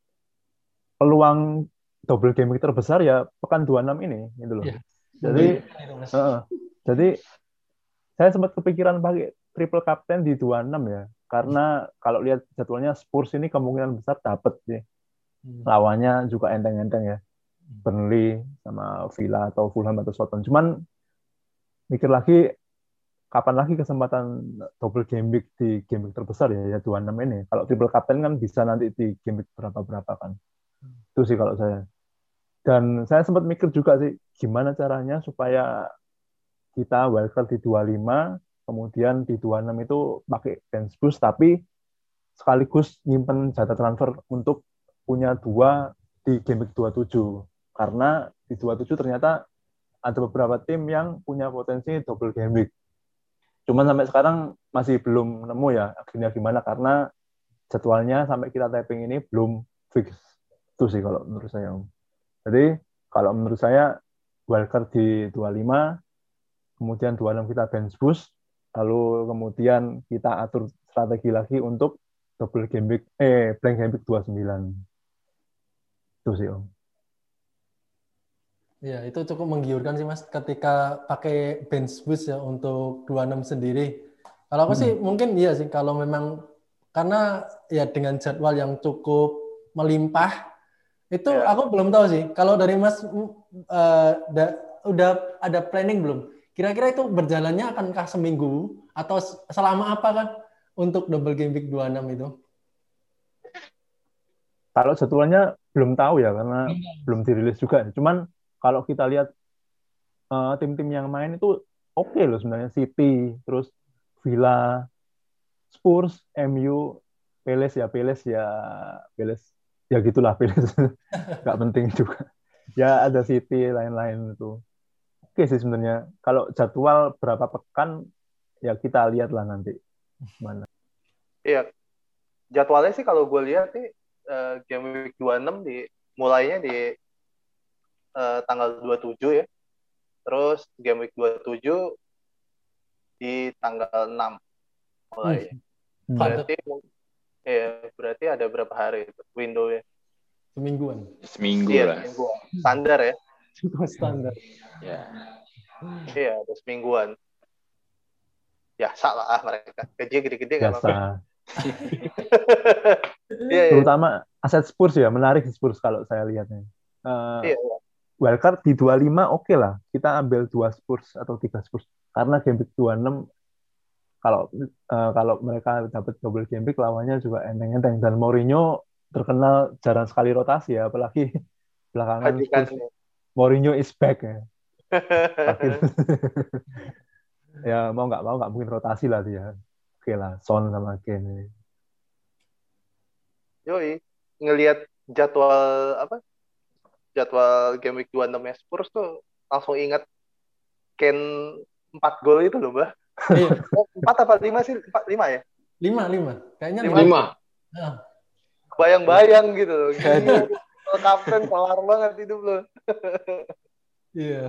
peluang double game week terbesar ya pekan dua puluh enam ini gitu loh. Ya. Jadi uh, jadi saya sempat kepikiran pakai triple captain di dua puluh enam ya. Karena kalau lihat jadwalnya Spurs ini kemungkinan besar dapat sih. Lawannya juga enteng-enteng ya. Burnley sama Villa atau Fulham atau Southampton. Cuman mikir lagi kapan lagi kesempatan double game week di game week terbesar ya, ya dua puluh enam ini. Kalau triple captain kan bisa nanti di game week berapa-berapa kan. Itu sih kalau saya. Dan saya sempat mikir juga sih gimana caranya supaya kita wildcard di dua puluh lima, kemudian di dua puluh enam itu pakai bench boost, tapi sekaligus nyimpen jatah transfer untuk punya dua di game week dua puluh tujuh. Karena di dua puluh tujuh ternyata ada beberapa tim yang punya potensi double game week. Cuman sampai sekarang masih belum nemu ya akhirnya gimana, karena jadwalnya sampai kita typing ini belum fix. Itu sih kalau menurut saya. Jadi kalau menurut saya wildcard di dua puluh lima, kemudian dua puluh enam kita bench boost, lalu kemudian kita atur strategi lagi untuk double game week, eh blank game week dua puluh sembilan. Itu sih Om. Ya, itu cukup menggiurkan sih Mas ketika pakai bench boost ya untuk dua puluh enam sendiri. Kalau aku hmm. sih mungkin iya sih, kalau memang karena ya dengan jadwal yang cukup melimpah, itu ya. Aku belum tahu sih. Kalau dari Mas uh, da, udah ada planning belum? Kira-kira itu berjalannya akankah seminggu atau selama apa kan untuk double game week dua puluh enam itu? Kalau jadwalnya belum tahu ya, karena hmm. belum dirilis juga. Cuman kalau kita lihat uh, tim-tim yang main itu oke okay loh sebenarnya. City, terus Villa, Spurs, M U, Palace ya Palace ya Palace ya gitulah Palace nggak penting juga. Ya ada City lain-lain itu. Oke sih sebenarnya. Kalau jadwal berapa pekan ya kita lihat lah nanti mana. Iya, jadwalnya sih kalau gue lihat nih uh, game week dua puluh enam di mulainya di uh, tanggal dua puluh tujuh ya. Terus game week dua puluh tujuh di tanggal enam mulai. Hmm. Berarti ya berarti ada berapa hari itu window-nya? Semingguan. Seminggu Iya, lah. semingguan. Standar ya. Standar. Ya. Iya, ada semingguan. Ya, salah ah mereka. Gaji gede-gede nggak apa-apa. Biasa. Iya, iya. Terutama aset Spurs ya, menarik Spurs kalau saya lihatnya. Uh, Iya, iya. Wildcard di dua puluh lima oke okay lah. Kita ambil dua Spurs atau tiga Spurs. Karena game week dua puluh enam kalau uh, kalau mereka dapat double game week lawannya juga enteng-enteng. Dan Mourinho terkenal jarang sekali rotasi ya, apalagi belakangan Spurs. Mourinho is back ya. Ya mau nggak mau nggak mungkin rotasi lah dia. Oke okay lah, Son sama Kane. Yoi, ngelihat jadwal apa? Jadwal game week dua puluh enam Spurs tuh langsung ingat Kane empat gol itu loh, Mbak. Iya. empat apa lima sih? empat, lima ya? lima, lima. Kayaknya lima. lima. Nah. Bayang-bayang gitu loh. Kalau kapten kelar banget hidup loh. Iya.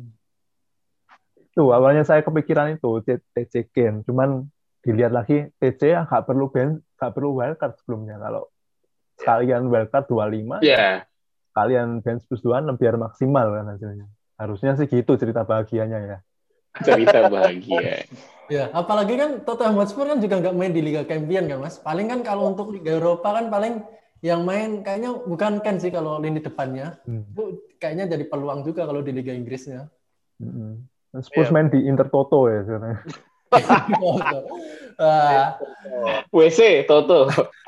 Tuh awalnya saya kepikiran itu T C Kane, cuman dilihat lagi T C ya nggak perlu bench, nggak perlu wildcard sebelumnya. Kalau sekalian wildcard dua puluh lima, yeah. Kalian bench plus dua puluh enam biar maksimal kan hasilnya. Harusnya sih gitu cerita bahagianya ya. Cerita bahagia. Ya, apalagi kan Tottenham Hotspur kan juga nggak main di Liga Champions kan, Mas. Paling kan kalau untuk Liga Eropa kan paling yang main kayaknya bukan kan sih kalau lini depannya. Hmm. Itu kayaknya jadi peluang juga kalau di Liga Inggrisnya. Hmm. Spurs yeah. main di Intertoto ya sebenarnya. ah. W C Toto.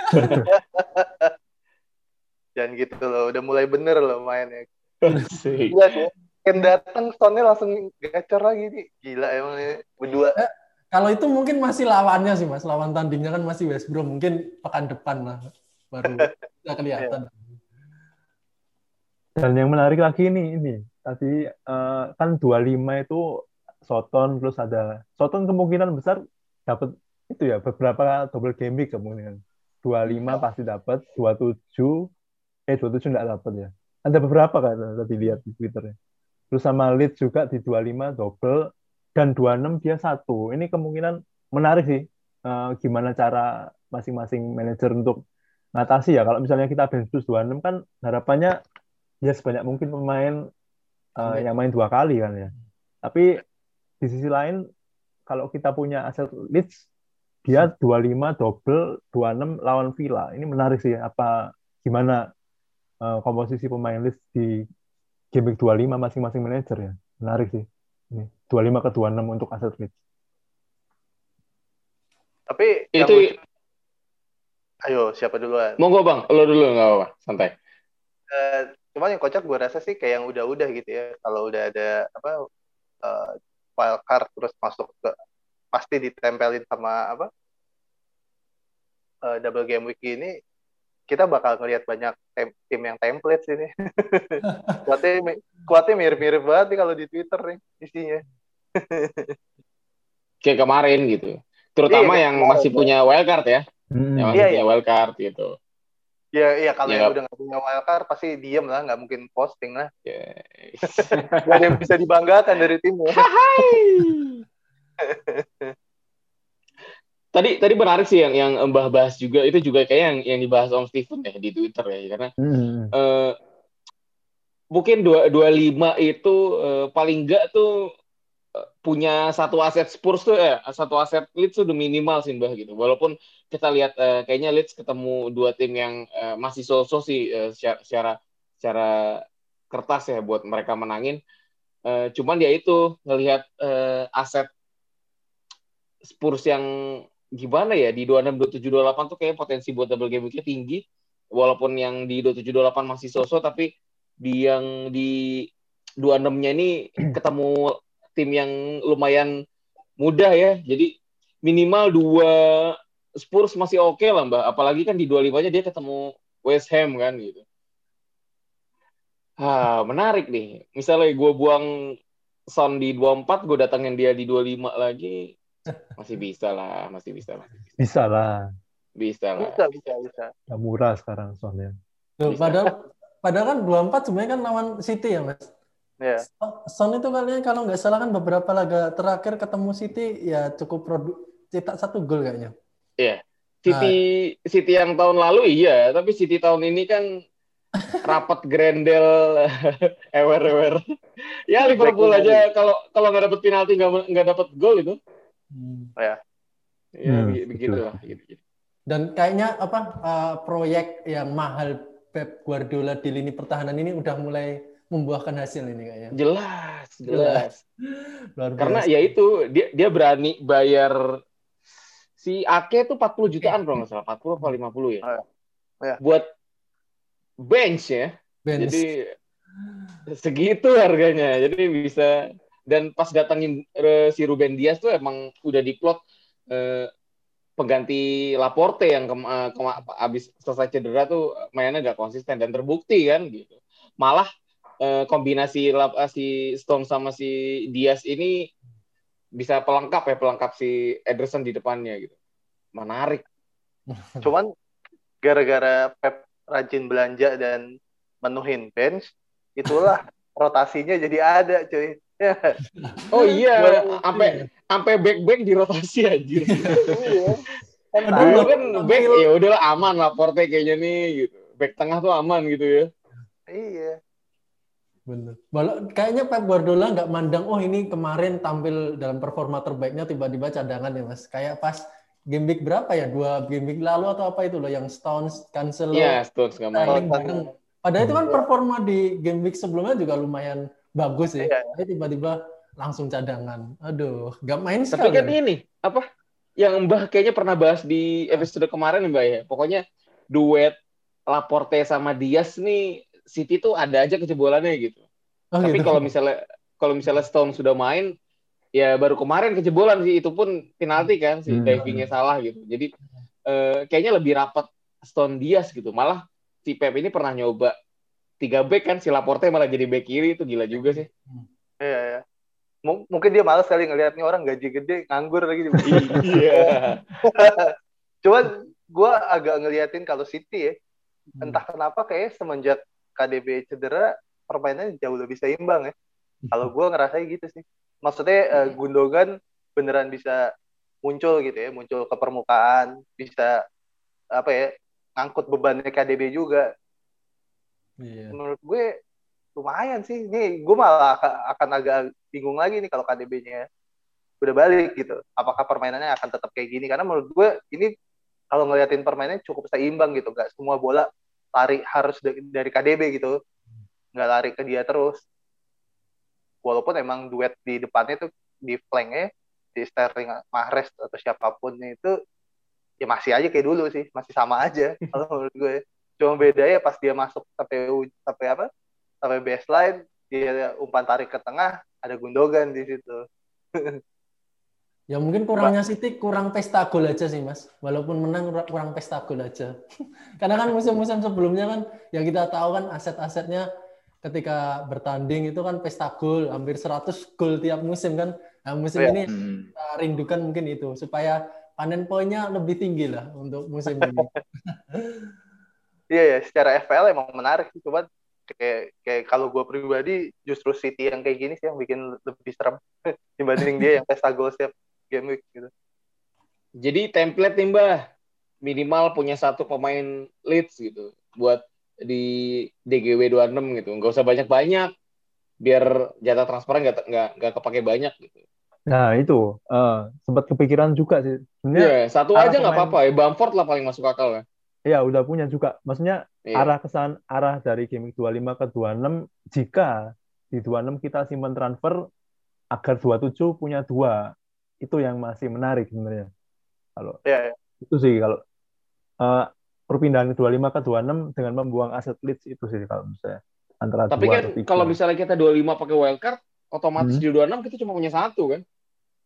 Jangan gitu loh, udah mulai bener loh mainnya. Iya sih. Kan datang Stone-nya langsung gacor lagi nih. Gila emang berdua. Eh, kalau itu mungkin masih lawannya sih Mas, lawan tandingnya kan masih West Brom, mungkin pekan depan lah baru bisa kelihatan. Dan yang menarik lagi nih ini, tadi uh, kan dua puluh lima itu Soton plus ada Soton kemungkinan besar dapat itu ya beberapa double game week kemungkinan. dua puluh lima pasti dapat, dua puluh tujuh eh dua puluh tujuh enggak dapat ya. Ada beberapa kan tadi lihat di Twitternya. Terus sama Leeds juga di dua puluh lima double dan dua puluh enam dia satu. Ini kemungkinan menarik sih. Uh, gimana cara masing-masing manajer untuk ngatasi ya. Kalau misalnya kita bench plus dua puluh enam kan harapannya ya sebanyak mungkin pemain uh, yang main dua kali kan ya. Tapi di sisi lain kalau kita punya aset Leeds dia dua puluh lima double dua puluh enam lawan Villa. Ini menarik sih apa gimana uh, komposisi pemain Leeds di game week dua puluh lima masing-masing manajer ya. Menarik sih. Ini dua puluh lima ke dua puluh enam untuk aset Leeds. Tapi itu lucu... Ayo, siapa duluan? Monggo Bang, lo dulu enggak apa-apa, santai. Uh, cuma yang kocak gue rasa sih kayak yang udah-udah gitu ya. Kalau udah ada apa uh, file card terus masuk ke pasti ditempelin sama apa? Uh, double game week ini kita bakal ngelihat banyak tem- tim yang template sini. kuatnya, kuatnya mirip-mirip banget nih kalau di Twitter nih isinya. Kayak kemarin gitu. Terutama iya, yang kemarin, masih ya. punya wildcard ya. Hmm. Yang masih iya, punya iya. wildcard gitu. Iya, iya kalau ya, yang udah nggak punya wildcard pasti diem lah, nggak mungkin posting lah. Yes. Gak ada yang bisa dibanggakan dari timnya. Tadi tadi menarik sih yang yang Mbah bahas juga, itu juga kayak yang yang dibahas Om Steven ya di Twitter ya, karena hmm. uh, mungkin dua puluh lima itu uh, paling enggak tuh uh, punya satu aset Spurs tuh ya, eh, satu aset Leeds tuh udah minimal sih Mbah gitu. Walaupun kita lihat uh, kayaknya Leeds ketemu dua tim yang uh, masih so-so sih uh, secara, secara secara kertas ya buat mereka menangin. Uh, cuman ya itu ngelihat uh, aset Spurs yang gimana ya di dua puluh enam, dua puluh tujuh, dua puluh delapan tuh kayak potensi buat double game week-nya tinggi, walaupun yang di dua puluh tujuh, dua puluh delapan masih so-so, tapi di yang di dua puluh enam-nya ini ketemu tim yang lumayan mudah ya, jadi minimal dua Spurs masih oke okay lah, Mbak. Apalagi kan di dua puluh lima-nya dia ketemu West Ham kan gitu. Ah, menarik nih. Misalnya gue buang Son di dua puluh empat, gue datangin dia di dua puluh lima lagi, masih bisa lah, masih bisa lah. Bisa lah. Bisa lah. Bisa, bisa, bisa. Ya, murah sekarang soalnya. Loh, padahal padahal kan dua puluh empat sebenarnya kan lawan City ya, Mas. Ya. Son itu kalian kalau nggak salah kan beberapa laga terakhir ketemu City ya cukup produk cetak satu gol kayaknya. Iya. City nah. City yang tahun lalu iya, tapi City tahun ini kan rapat Grendel, ewer-ewer. Ya Liverpool aja kalau kalau nggak dapet penalti nggak nggak dapet gol itu. Hmm. Ya. Ya hmm, begitulah. Gitu. Dan kayaknya apa uh, proyek yang mahal Pep Guardiola di lini pertahanan ini udah mulai membuahkan hasil ini kayaknya. Jelas, jelas. jelas. Karena ya itu dia dia berani bayar si Ake tuh empat puluh jutaan kalau nggak salah, empat puluh atau lima puluh ya. Oh, ya. Buat bench ya. Bench. Jadi segitu harganya. Jadi bisa dan pas datangin uh, si Ruben Dias tuh emang udah diplot uh, pengganti Laporte yang ke, uh, ke, abis selesai cedera tuh mainnya gak konsisten dan terbukti kan gitu. Malah uh, kombinasi uh, si Stone sama si Dias ini bisa pelengkap ya pelengkap si Ederson di depannya gitu. Menarik. Cuman gara-gara Pep rajin belanja dan menuhin bench, itulah rotasinya jadi ada, cuy. Oh iya, sampai sampai back-back dirotasi anjir. Iya. Kan dulu kan back ya udahlah aman lah Porte kayaknya nih gitu. Back tengah tuh aman gitu ya. Iya. Bener. Walau kayaknya Pep Guardiola nggak mandang, oh ini kemarin tampil dalam performa terbaiknya tiba-tiba cadangan ya Mas. Kayak pas game week berapa ya? Dua game week lalu atau apa itu loh yang Stones, Cancelo. Iya, Stones nggak main. Padahal itu kan performa di game week sebelumnya juga lumayan bagus ya. Yeah. Tapi tiba-tiba langsung cadangan. Aduh, nggak main sekali. Tapi kan ya? Ini, apa, yang Mbah kayaknya pernah bahas di episode kemarin Mbak ya. Pokoknya duet Laporte sama Dias nih, City tuh ada aja kejebolannya gitu. Oh, tapi gitu. kalau misalnya kalau misalnya Stone sudah main, ya baru kemarin kejebolan sih. Itu pun penalti kan, si hmm. divingnya salah gitu. Jadi eh, kayaknya lebih rapat Stone Dias gitu. Malah si Pep ini pernah nyoba tiga back kan, si Laporte malah jadi back kiri, itu gila juga sih. Iya, ya. M- mungkin dia malas kali ngelihat nih orang gaji gede, nganggur lagi. Iya. Cuman gue agak ngeliatin kalau City ya, entah kenapa kayak semenjak K D B cedera, permainannya jauh lebih seimbang ya. Kalau gue ngerasain gitu sih. Maksudnya uh, Gundogan beneran bisa muncul gitu ya, muncul ke permukaan, bisa apa ya, ngangkut bebannya K D B juga. Iya. Menurut gue lumayan sih. Nih gue malah akan agak bingung lagi nih kalau K D B-nya udah balik gitu. Apakah permainannya akan tetap kayak gini? Karena menurut gue ini kalau ngeliatin permainannya cukup seimbang gitu. Gak semua bola lari harus dari K D B gitu. Gak lari ke dia terus. Walaupun emang duet di depannya tuh di flanknya di Sterling Mahrez atau siapapun itu ya masih aja kayak dulu sih. Masih sama aja kalau menurut gue. Cuma beda ya pas dia masuk sampai sampai apa? Sampai baseline, dia umpan tarik ke tengah, ada Gundogan di situ. Ya mungkin kurangnya City kurang pesta gol aja sih Mas. Walaupun menang kurang pesta gol aja. Karena kan musim-musim sebelumnya kan yang kita tahu kan aset-asetnya ketika bertanding itu kan pesta gol, hampir seratus gol tiap musim kan. Nah musim oh, ya. ini kita rindukan mungkin itu supaya panen poinnya lebih tinggi lah untuk musim ini. Iya ya, secara F P L emang menarik sih, cuman kayak kayak kalau gue pribadi justru City yang kayak gini sih yang bikin lebih serem dibanding dia yang pesta gol setiap game week gitu. Jadi template nih Mbah, minimal punya satu pemain Leeds gitu buat di D G W dua puluh enam gitu. Nggak usah banyak-banyak biar jatah transferan nggak nggak nggak kepake banyak gitu. Nah itu uh, sempat kepikiran juga sih. Iya, yeah, satu aja nggak pemain... apa-apa ya. Bamford lah paling masuk akal ya. Iya, udah punya juga. Maksudnya iya. arah kesan arah dari game dua puluh lima ke dua puluh enam, jika di dua puluh enam kita simpan transfer agar dua puluh tujuh punya dua. Itu yang masih menarik sebenarnya. Kalau iya, iya. itu sih kalau uh, perpindahan dua puluh lima ke dua puluh enam dengan membuang aset Leeds itu sih kalau misalnya antara tapi kan kalau misalnya kita dua puluh lima pakai wildcard, otomatis hmm. di dua puluh enam kita cuma punya satu kan?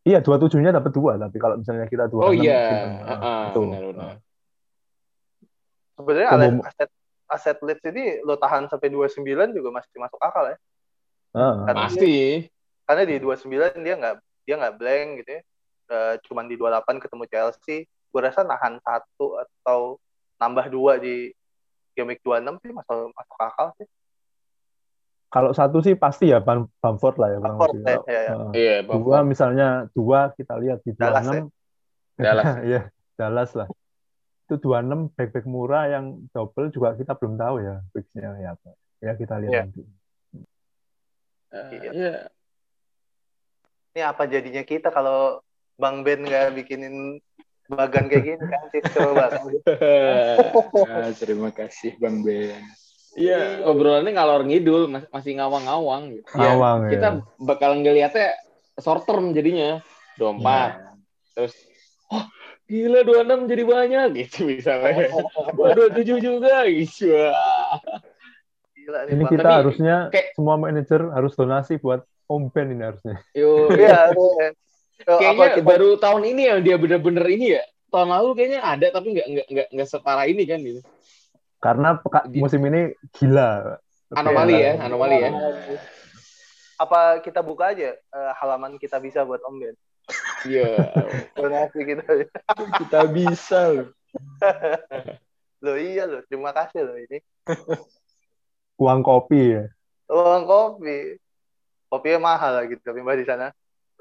Iya, dua puluh tujuh-nya dapat dua, tapi kalau misalnya kita dua Oh puluh enam iya, simpen. uh, Nah, uh, itu. benar-benar. Sebenarnya Combo- aset aset Leeds ini lo tahan sampai dua puluh sembilan juga masih masuk akal ya. Ah, Karena Pasti. dia, karena di dua puluh sembilan dia nggak dia nggak blank gitu ya. Uh, cuman di dua puluh delapan ketemu Chelsea, gue rasa nahan satu atau nambah dua di game week dua puluh enam sih masuk masuk akal sih. kalau satu sih pasti ya Bam- Bamford lah ya kurang Bamford, lebih. ya, ya, ya. Ah, Iya, dua Bamford. misalnya dua kita lihat di dua puluh enam. Dallas. Iya, Dallas lah. Itu dua puluh enam back-back murah yang double juga kita belum tahu ya fixnya ya apa. Ya kita lihat Iya. nanti. Uh, Iya. iya. Ini apa jadinya kita kalau Bang Ben nggak bikinin bagan kayak gini kan sih, coba. Ah, terima kasih Bang Ben. Iya, obrolannya ngalor ngidul, mas- masih ngawang-ngawang gitu. Ya, Ngawang, kita ya. bakal ngeliatnya short term jadinya. dua puluh empat. Nah, Terus oh, gila dua puluh enam jadi banyak gitu misalnya. Wah, dua puluh tujuh juga gitu. Wah. Gila nih Ini Bang. kita Tapi, harusnya kayak- semua manajer harus donasi buat Om Ben ini harusnya. Yo, Iya, iya. Oh, kayaknya apa kita baru tahun ini yang dia bener-bener ini ya. Tahun lalu kayaknya ada tapi nggak nggak nggak nggak separah ini kan gitu. Karena peka- musim ini gila. Anomali ya, anomali ya. apa kita buka aja uh, halaman kita bisa buat Om Ben. Iya. Donasi kita. kita bisa loh. Loh iya loh, terima kasih loh ini. Uang kopi ya. Uang kopi. Kopinya mahal lagi tapi Mbak di sana.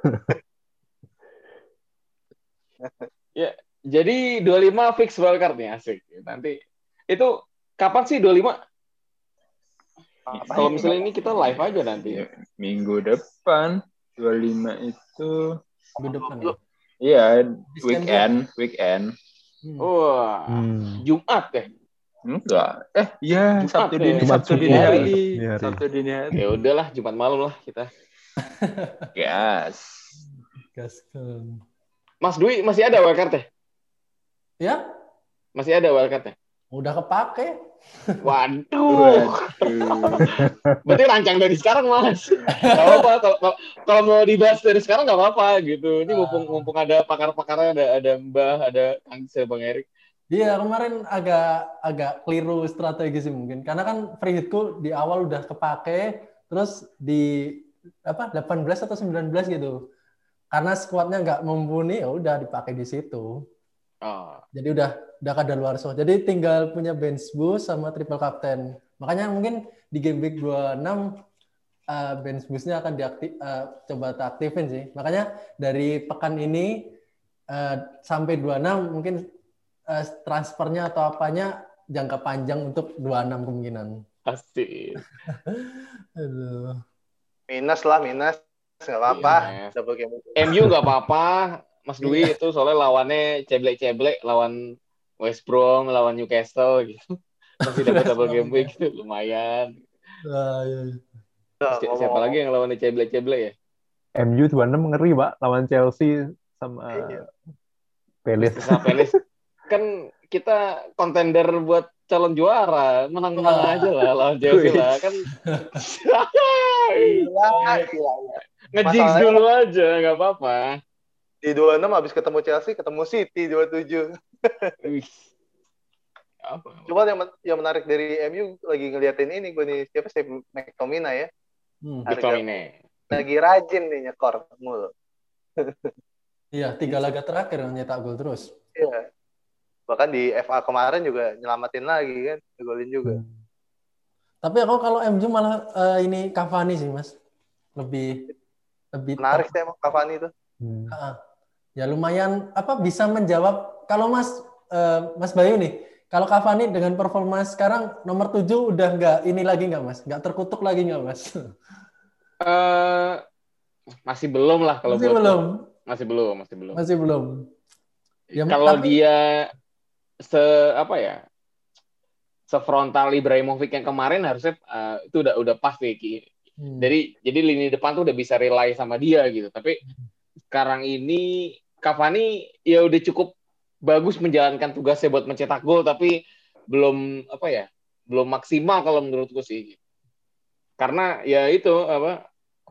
Ya, jadi dua puluh lima fix wildcard nih, asik. Nanti itu kapan sih dua puluh lima? Kalau misalnya ini kita live aja nanti. Ya, minggu depan dua puluh lima itu Minggu depan ya. iya weekend, weekend. Hmm. Wah, Hmm. Jumat ya? Enggak. Eh, iya, Jumat Sabtu ya? dini, Jumat Sabtu subuh. dini hari. Dini hari. Sabtu dini hari. Ya udahlah, Jumat malam lah kita. Gas. Gaskan. Mas Dwi masih ada wildcard ya? Ya, Masih ada wildcard ya? udah kepake. Waduh. Waduh. Berarti rancang dari sekarang, Mas. Gak apa-apa. Kalau, kalau, kalau mau dibahas dari sekarang nggak apa-apa gitu. Ini mumpung mumpung ada pakar-pakarnya, ada ada Mbah, ada Kang Gisel, Bang Erik. Iya, kemarin agak agak keliru strategi sih mungkin. Karena kan free hitku di awal udah kepake, terus di apa delapan belas atau sembilan belas gitu. Karena skuadnya nggak mumpuni, ya udah dipakai di situ. Oh. Jadi udah udah kadaluarsa. Jadi tinggal punya bench boost sama triple captain. Makanya mungkin di game week dua puluh enam uh, bench boost-nya akan diaktif uh, coba tak aktifin sih. Makanya dari pekan ini uh, sampai dua puluh enam mungkin uh, transfernya atau apanya jangka panjang untuk dua puluh enam kemungkinan. Pasti. Aduh. Minus lah, minus. Nggak apa-apa. Iya, Double game. M U nggak apa-apa, Mas Dwi itu soalnya lawannya ceblek-ceblek, lawan West Brom, lawan Newcastle gitu. Masih dapat double game week gitu, lumayan. Ah, iya, iya. Si- siapa lagi yang lawannya ceblek-ceblek ya? M U dua puluh enam ngeri, Pak, lawan Chelsea sama Iya. Palace. Bisa Pelis. Kan kita kontender buat calon juara, menang-menang Wah. aja lah lawan Chelsea lah kan. Gila, gila. Ngejinx Masalahnya- dulu aja, nggak apa-apa. Di dua puluh enam habis ketemu Chelsea, ketemu City dua puluh tujuh. Wih. Apa? Cuma yang yang menarik dari M U lagi ngeliatin ini gue nih, siapa sih McTominay ya. Hmm. McTominay. Lagi rajin nih nyekor mulu. Iya, tiga laga terakhir yang nyetak gol terus. Iya. Bahkan di F A kemarin juga nyelamatin lagi kan, golin juga. Hmm. Tapi aku kalau M U malah eh, ini Cavani sih, Mas. Lebih lebih Menarik sih emang Cavani itu. Hmm. Ah, ya lumayan apa bisa menjawab kalau Mas eh, Mas Bayu nih, kalau Cavani dengan performa sekarang nomor tujuh udah nggak ini lagi nggak Mas? Nggak terkutuk lagi nggak Mas? Eh, masih belum lah kalau Masih buat belum. masih belum, masih belum. Masih belum. Ya, Kalau tapi- dia se apa ya? Sefrontal Ibrahimovic yang kemarin harusnya eh, itu udah udah pas sih. Ki. Hmm. Jadi jadi lini depan tuh udah bisa rely sama dia gitu. Tapi sekarang ini Cavani ya udah cukup bagus menjalankan tugasnya buat mencetak gol tapi belum apa ya? Belum maksimal kalau menurutku sih. Karena ya itu apa?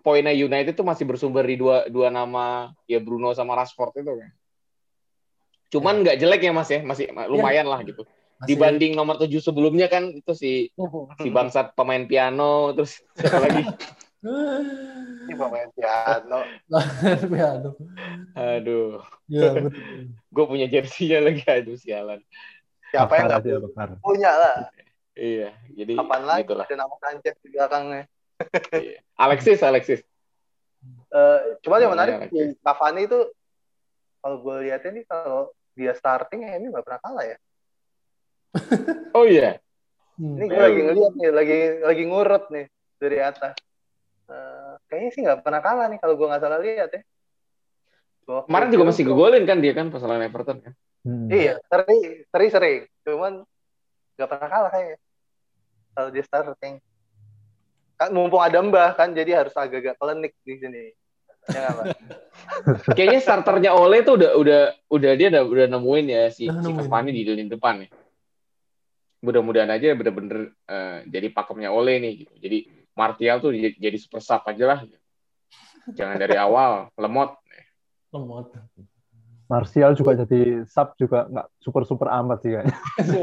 poinnya United tuh masih bersumber di dua dua nama ya Bruno sama Rashford itu kan. Cuman nggak jelek ya Mas ya, masih lumayan ya, lah gitu. Masih... Dibanding nomor tujuh sebelumnya kan itu si si bangsat pemain piano terus siapa lagi? Ini pemain piano. piano. Aduh. Ya, betul. Gue punya jersinya lagi, aduh sialan. Siapa yang nggak punya lah. Iya, jadi kapan lagi gitulah. ada nama Sanchez di belakangnya. Iya. Alexis, Alexis. Uh, cuma yang Namanya menarik Alexis. Cavani itu kalau gue lihatnya nih kalau dia starting ini nggak pernah kalah ya. Oh iya. Hmm. Ini gue lagi ngeliat nih, lagi lagi ngurut nih dari atas. Uh, kayaknya sih nggak pernah kalah nih kalau gue nggak salah lihat ya. Waktu kemarin juga masih ngegolin kan dia kan pas lawan Everton kan. Hmm. Iya, sering, sering, sering. Cuman nggak pernah kalah kayaknya. Kalau dia starting. Kan mumpung ada Mbah kan, jadi harus agak-agak klinik di sini. Ya nggak, Pak? Kayaknya starternya Ole tuh udah udah udah dia udah, udah nemuin ya si, si Cavani di lini depan ya. Mudah-mudahan aja bener-bener uh, jadi pakemnya Ole nih gitu. Jadi Martial tuh jadi, jadi super sub aja lah. Jangan dari awal lemot. Lemot. Martial juga jadi sub juga nggak super-super amat sih kayaknya.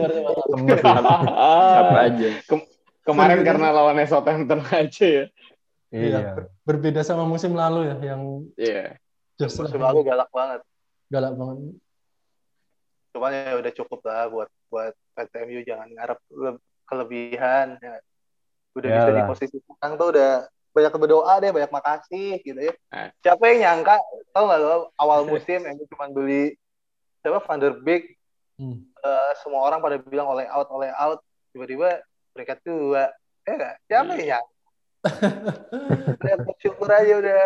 Sub aja. Kem- kemarin karena lawannya Southampton aja ya. Iya. Ber- berbeda sama musim lalu ya yang Iya. Yeah. Musim lalu galak banget. Galak banget. Cuman ya udah cukup lah buat buat P T M U, jangan ngarep kelebihan ya. Udah ya bisa lah. Di posisi sekarang tuh udah banyak berdoa deh, banyak makasih gitu ya. Eh. Siapa yang nyangka, tau nggak lo awal musim M U cuma beli siapa Van der Beek, hmm. uh, semua orang pada bilang oleh out, oleh out, tiba-tiba peringkat dua, ya nggak? Siapa yang nyangka? Udah bersyukur aja udah.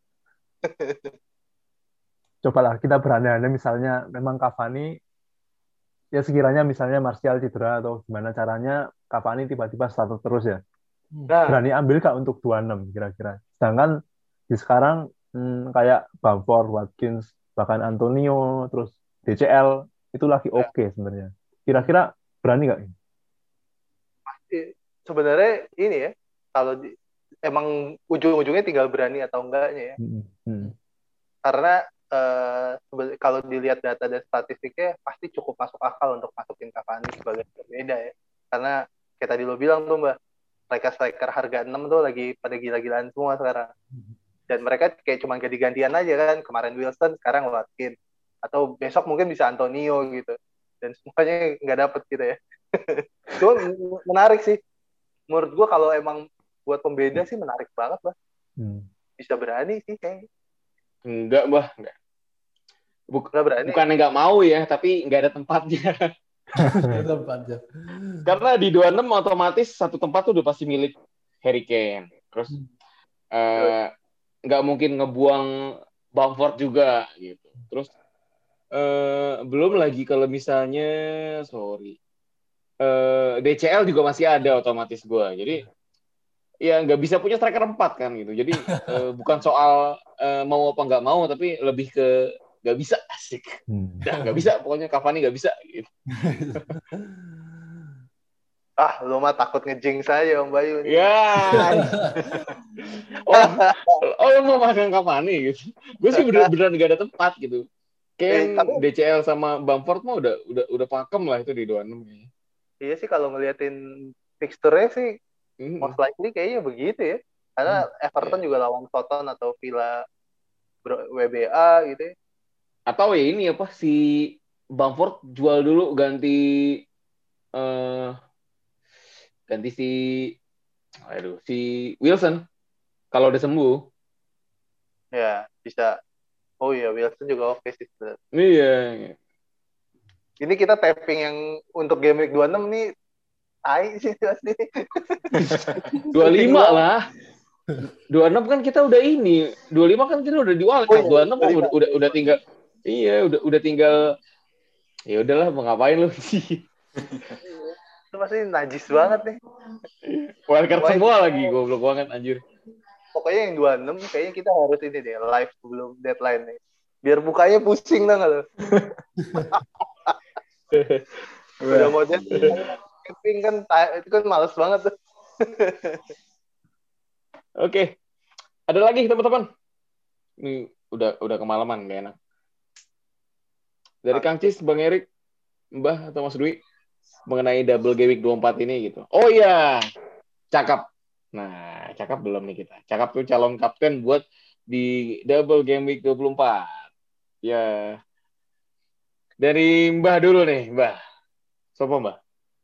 Cobalah kita berandai-andai misalnya memang Cavani, ya sekiranya misalnya Martial cedera atau gimana caranya Cavani tiba-tiba starter terus ya. Nah, berani ambil gak untuk dua puluh enam kira-kira? Sedangkan di sekarang hmm, kayak Bamford, Watkins, bahkan Antonio, terus D C L itu lagi oke okay sebenarnya. Kira-kira berani gak? Pasti sebenarnya ini ya, kalau di, emang ujung-ujungnya tinggal berani atau enggaknya ya. Hmm. Hmm. Karena uh, kalau dilihat data dan statistiknya pasti cukup masuk akal untuk masukin Cavani sebagai berbeda ya. Karena kayak tadi lo bilang tuh Mbak, striker-striker harga enam tuh lagi pada gila-gilaan semua sekarang. Dan mereka kayak cuma ganti-gantian aja kan. Kemarin Wilson, sekarang Watkins. Atau besok mungkin bisa Antonio gitu. Dan semuanya nggak dapet gitu ya. Cuma menarik sih. Menurut gue kalau emang buat pembeda sih menarik banget, Bah. Bisa berani sih kayaknya. Enggak, Bah. Enggak. Buk- nggak berani. Bukannya nggak mau ya, tapi nggak ada tempatnya. tempatnya. Karena di dua puluh enam otomatis satu tempat tuh udah pasti milik Harry Kane. Terus nggak uh, mungkin ngebuang Bamford juga gitu. Terus uh, belum lagi kalau misalnya sorry uh, D C L juga masih ada otomatis gue. Jadi ya nggak bisa punya striker empat kan gitu. Jadi uh, bukan soal uh, mau apa nggak mau, tapi lebih ke nggak bisa asik. Nah, nggak bisa pokoknya Cavani nggak bisa gitu. Ah, lu mah takut ngejing saya Om Bayu. Ya. oh, oh, lu mau masang Cavani gitu. Gue sih bener-bener nggak ada tempat gitu. Kayak eh, tapi... D C L sama Bamford mah udah udah udah pakem lah itu di dua puluh enam kayaknya. Iya sih kalau ngeliatin fixture-nya sih mm-hmm. most likely kayaknya begitu ya. Karena mm. Everton yeah. juga lawan Soton atau Villa W B A gitu ya. Atau ya ini apa si Bamford jual dulu ganti uh, ganti si aduh si Wilson kalau udah sembuh. Ya, bisa. Oh iya, Wilson juga oke sih. Iya. Ini kita tapping yang untuk game week dua puluh enam nih ai sih pasti. dua puluh lima lah. dua puluh enam kan kita udah ini, dua puluh lima kan kita udah di wildcard. Oh, iya. dua puluh enam udah, udah udah tinggal iya, udah udah tinggal ya udahlah mau ngapain lu sih. Itu pasti najis banget nih. Wildcard semua lagi, goblok banget anjir. Pokoknya yang dua puluh enam kayaknya kita harus ini deh, live sebelum deadline nih. Biar bukanya pusing lah nggak lo. Udah mau deadline kan itu kan males banget tuh. Oke. Ada lagi teman-teman? Ini udah udah kemalaman, gak enak. Dari Kang Cis, Bang Erik, Mbah atau Mas Dwi mengenai double game week dua puluh empat ini gitu. Oh iya, Cakap. Nah, Cakap belum nih kita. Cakap tuh calon kapten buat di double game week dua puluh empat. Ya. Dari Mbah dulu nih, Mbah. Siapa Mbah?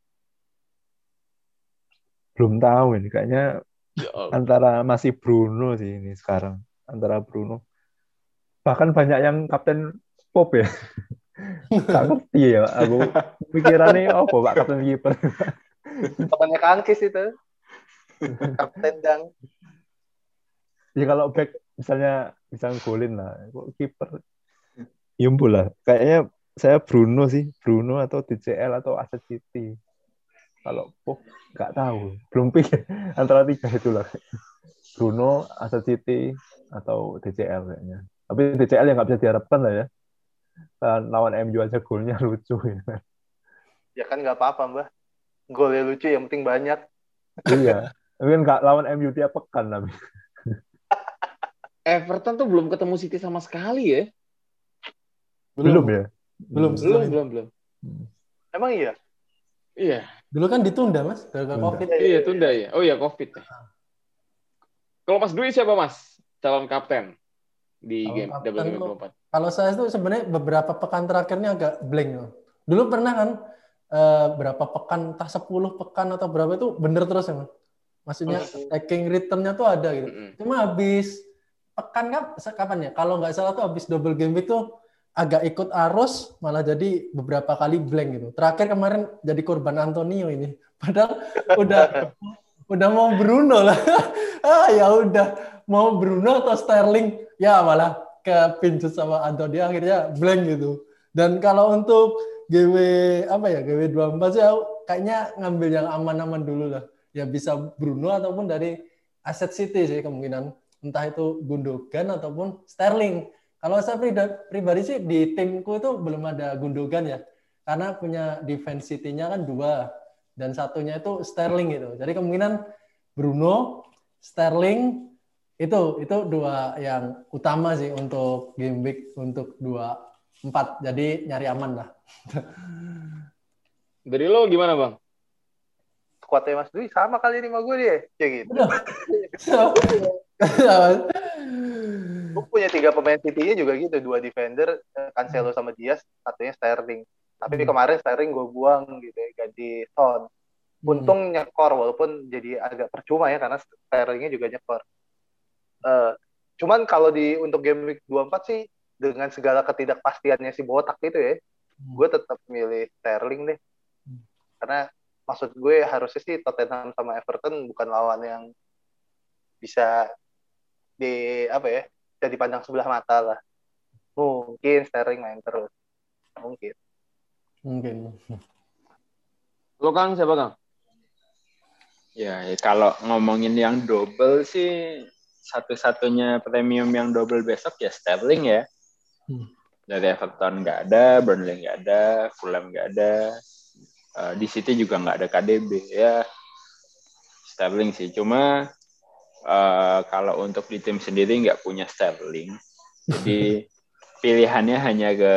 Belum tahu ini, kayaknya Ya Allah. antara masih Bruno sih ini sekarang. Antara Bruno. Bahkan banyak yang kapten Pop ya. Gak ngerti ya, aku pikirannya apa Pak kapten kiper. Temannya Kang Cis itu. Kapten Dang. Ya kalau back misalnya bisa golin lah, kok kiper Yumbu lah. Kayaknya saya Bruno sih, Bruno atau D C L atau Asset City. Kalau Pop nggak tahu, belum pikir antara tiga itulah. Bruno, Asset City atau D C L kayaknya. Tapi D C L yang nggak bisa diharapkan lah ya. Lawan M U aja golnya lucu ya. Ya kan nggak apa-apa Mbah. Golnya lucu, yang penting banyak. Iya, tapi kan nggak lawan M U tiap pekan tapi. Everton tuh belum ketemu City sama sekali ya. Belum, belum ya? Belum, belum, belum, belum. Emang iya? Iya. Dulu kan ditunda, Mas, gara-gara Covid. Iya, tunda ya. Oh iya, Covid ya. Kalau Mas Dwi siapa, Mas? Calon kapten di Calon game kapten double game tuh, dua puluh empat. Kalau saya itu sebenarnya beberapa pekan terakhirnya agak blank loh. Dulu pernah kan eh, berapa pekan, entah sepuluh pekan atau berapa itu bener terus ya, Mas. Maksudnya taking return-nya tuh ada gitu. Mm-mm. Cuma habis pekan kan kapan ya? Kalau nggak salah tuh habis double game week tuh agak ikut arus, malah jadi beberapa kali blank gitu. Terakhir kemarin jadi korban Antonio ini. Padahal udah udah mau Bruno lah. ah ya udah mau Bruno atau Sterling, ya malah kepincut sama Antonio, akhirnya blank gitu. Dan kalau untuk G W apa ya G W dua puluh empat sih kayaknya ngambil yang aman-aman dulu lah. Ya bisa Bruno ataupun dari Asset City sih kemungkinan. Entah itu Gundogan ataupun Sterling. Kalau saya pribadi sih di timku itu belum ada Gundogan ya. Karena punya defense City-nya kan dua. Dan satunya itu Sterling gitu. Jadi kemungkinan Bruno, Sterling, itu itu dua yang utama sih untuk game week untuk dua puluh empat. Jadi nyari aman lah. Dari lo gimana, Bang? Skuadnya Mas Dwi sama kali ini sama gue dia. Kayak gitu. Gue punya tiga pemain City-nya juga gitu. Dua defender, Cancelo sama Diaz, satunya Sterling. Tapi hmm. kemarin Sterling gue buang gitu ya, ganti Son. Untung hmm. nyekor, walaupun jadi agak percuma ya, karena Sterlingnya juga nyekor. Uh, cuman kalau di untuk game week dua puluh empat sih, dengan segala ketidakpastiannya si botak gitu ya, hmm. gue tetap milih Sterling deh. Hmm. Karena maksud gue harusnya sih Tottenham sama Everton bukan lawan yang bisa di apa ya, bisa dipandang sebelah mata lah. Mungkin Sterling main terus. Mungkin. Mungkin. Lo Kang, siapa Kang? Ya, kalau ngomongin yang double sih, satu-satunya premium yang double besok ya Sterling ya. Hmm. Dari Everton nggak ada, Burnley nggak ada, Fulham nggak ada. Uh, di City juga nggak ada K D B ya. Sterling sih. Cuma uh, kalau untuk di tim sendiri nggak punya Sterling. Jadi pilihannya hanya ke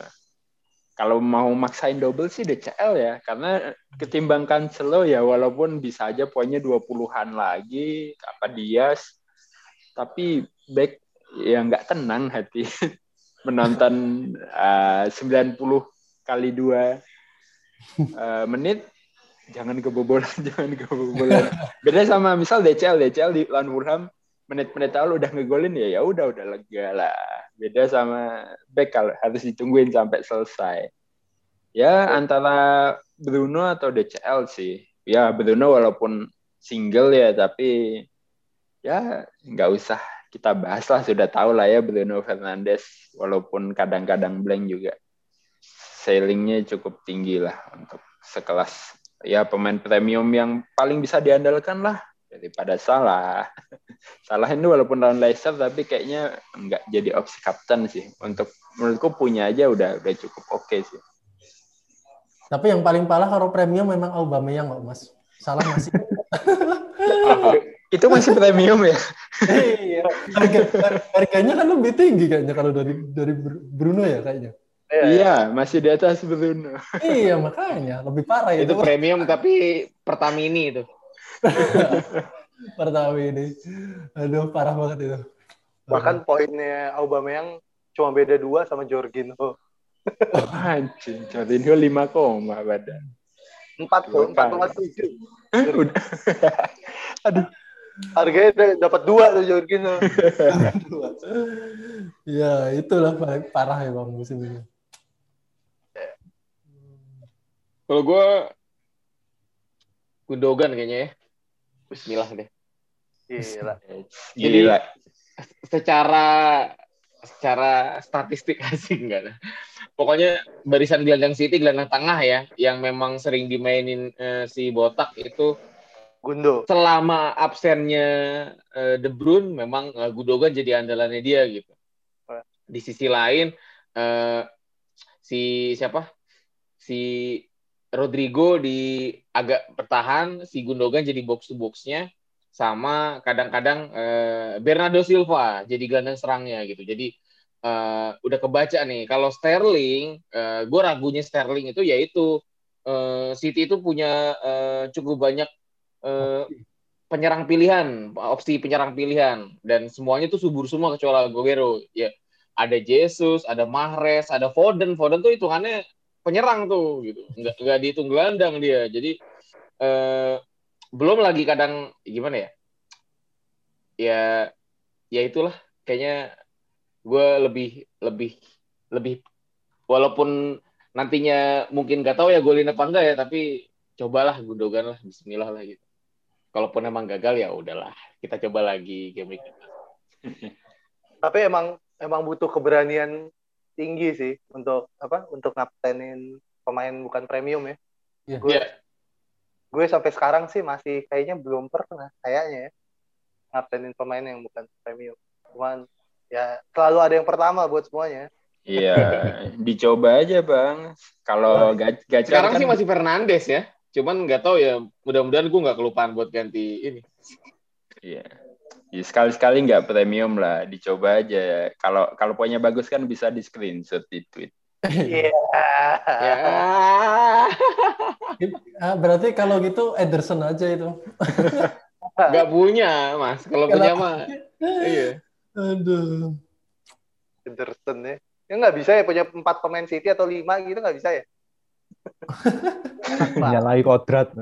kalau mau maksain double sih D C L ya, karena ketimbang Cancelo ya walaupun bisa aja poinnya dua puluhan lagi, apa Diaz, tapi back ya nggak tenang hati menonton uh, sembilan puluh kali dua uh, menit, jangan kebobolan, jangan kebobolan. Beda sama misal D C L, D C L di lawan Fulham menit-menit awal udah ngegolin ya, ya udah udah lega lah. Beda sama back kalau harus ditungguin sampai selesai. Ya antara Bruno atau D C L sih. Ya Bruno walaupun single ya, tapi ya nggak usah kita bahas lah, sudah tahu lah ya Bruno Fernandes walaupun kadang-kadang blank juga ceilingnya cukup tinggi lah untuk sekelas ya pemain premium yang paling bisa diandalkan lah daripada Salah. Salah ini walaupun lawan Leicester tapi kayaknya nggak jadi opsi kapten sih. Untuk menurutku punya aja udah udah cukup oke okay sih. Tapi yang paling parah kalau premium memang Aubameyang kok Mas. Salah masih. Itu masih premium ya? Iya. Harga, harganya kan lebih tinggi kayaknya kalau dari dari Bruno ya kayaknya. Iya, Iya, masih di atas Bruno. Iya, makanya lebih parah itu. Itu premium tapi Pertamini itu. Pertama ini. Aduh, parah banget itu. Bahkan poinnya Aubameyang cuma beda dua sama Jorginho. Oh, anjing, Jorginho lima koma badan. Empat kok, empat koma tujuh. Udah. Aduh. Harganya dapat dua tuh Jorginho. Ya, itulah paling parah ya Bang musim ini. Kalau gue Gundogan kayaknya ya. Bismillah deh. Gila. Jadi Gila. secara secara statistik asing enggak lah. Pokoknya barisan gelandang City, gelandang tengah ya, yang memang sering dimainin eh, si Botak itu Gundo. selama absennya eh, De Bruyne memang eh, Gundogan jadi andalannya dia gitu. Di sisi lain eh, si siapa? Si Rodrigo di agak bertahan, si Gundogan jadi box to box-nya, sama kadang-kadang eh, Bernardo Silva jadi gelandang serangnya gitu. Jadi eh, udah kebaca nih. Kalau Sterling, eh, gue ragunya Sterling itu yaitu eh, City itu punya eh, cukup banyak eh, penyerang pilihan, opsi penyerang pilihan, dan semuanya tuh subur semua kecuali Aguero. Ya, ada Jesus, ada Mahrez, ada Foden. Foden tuh hitungannya penyerang tuh gitu, nggak nggak dihitung gelandang dia. Jadi eh, belum lagi kadang gimana ya, ya ya itulah kayaknya gue lebih lebih lebih walaupun nantinya mungkin nggak tahu ya golin apa enggak ya, tapi cobalah Gundogan lah, Bismillah lah gitu. Kalaupun emang gagal ya udahlah, kita coba lagi game week. Tapi emang emang butuh keberanian tinggi sih untuk apa? Untuk ngaptenin pemain bukan premium ya. Iya. Gue Yeah. gue sampai sekarang sih masih kayaknya belum pernah kayaknya ya ngaptenin pemain yang bukan premium. Cuman ya selalu ada yang pertama buat semuanya. Iya, dicoba aja Bang. Kalau ga- gacor Sekarang kan sih masih Fernandes ya, cuman nggak tahu ya, mudah-mudahan gue nggak kelupaan buat ganti ini. Iya. Ya, sekali-sekali nggak premium lah, dicoba aja. Kalau kalau poinnya bagus kan bisa di screenshot di tweet. Iya. Ya. Ah, berarti kalau gitu Ederson aja itu. Nggak punya, Mas. Kalau punya mah, iya. Aduh. Ederson ya. Ya nggak bisa ya punya empat pemain City atau lima gitu nggak bisa ya? Nyalai kodrat.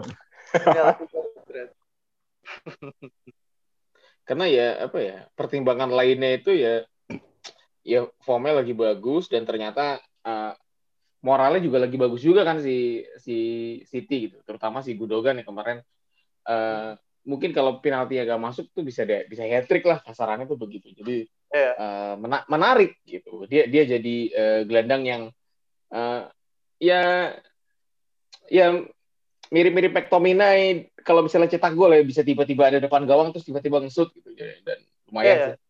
Karena ya apa ya, pertimbangan lainnya itu ya ya formnya lagi bagus dan ternyata uh, moralnya juga lagi bagus juga kan si si City gitu, terutama si Gundogan yang kemarin uh, mungkin kalau penalti agak masuk tuh bisa deh, bisa hat trick lah kasarannya tuh begitu. Jadi yeah. uh, mena- menarik gitu. Dia dia jadi uh, gelandang yang uh, ya ya mirip-mirip McTominay kalau misalnya cetak gol ya bisa tiba-tiba ada depan gawang terus tiba-tiba nge-shoot gitu, dan lumayan yeah. sih.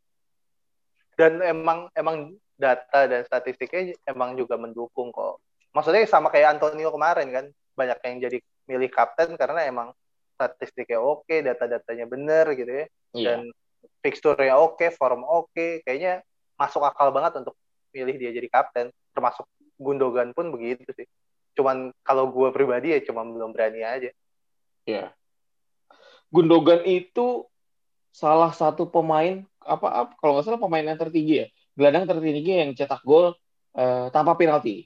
Dan emang emang data dan statistiknya emang juga mendukung kok. Maksudnya sama kayak Antonio kemarin kan, banyak yang jadi milih kapten karena emang statistiknya oke, data-datanya bener gitu ya, yeah. dan fixture-nya oke, form oke, kayaknya masuk akal banget untuk milih dia jadi kapten. Termasuk Gundogan pun begitu sih. Cuman kalau gue pribadi ya cuma belum berani aja. Ya. Gundogan itu salah satu pemain apa, apa kalau nggak salah pemain yang tertinggi ya, gelandang tertinggi yang cetak gol uh, tanpa penalti.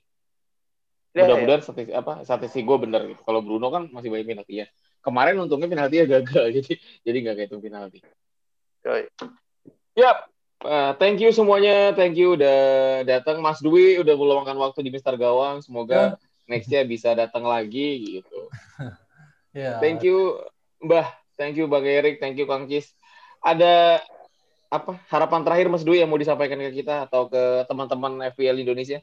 Ya, mudah-mudahan ya. statistik apa statistik gue bener gitu. Kalau Bruno kan masih banyak penalti ya. Kemarin untungnya penaltinya gagal jadi jadi nggak kayak itu penalti. Yoi. Yap. Uh, thank you semuanya, thank you udah datang. Mas Dwi udah meluangkan waktu di Mister Gawang. Semoga ya. Next-nya bisa datang lagi gitu. Ya. Thank you Mbah, thank you Bang Erik, thank you Kang Cis. Ada apa harapan terakhir Mas Dwi yang mau disampaikan ke kita atau ke teman-teman F P L Indonesia?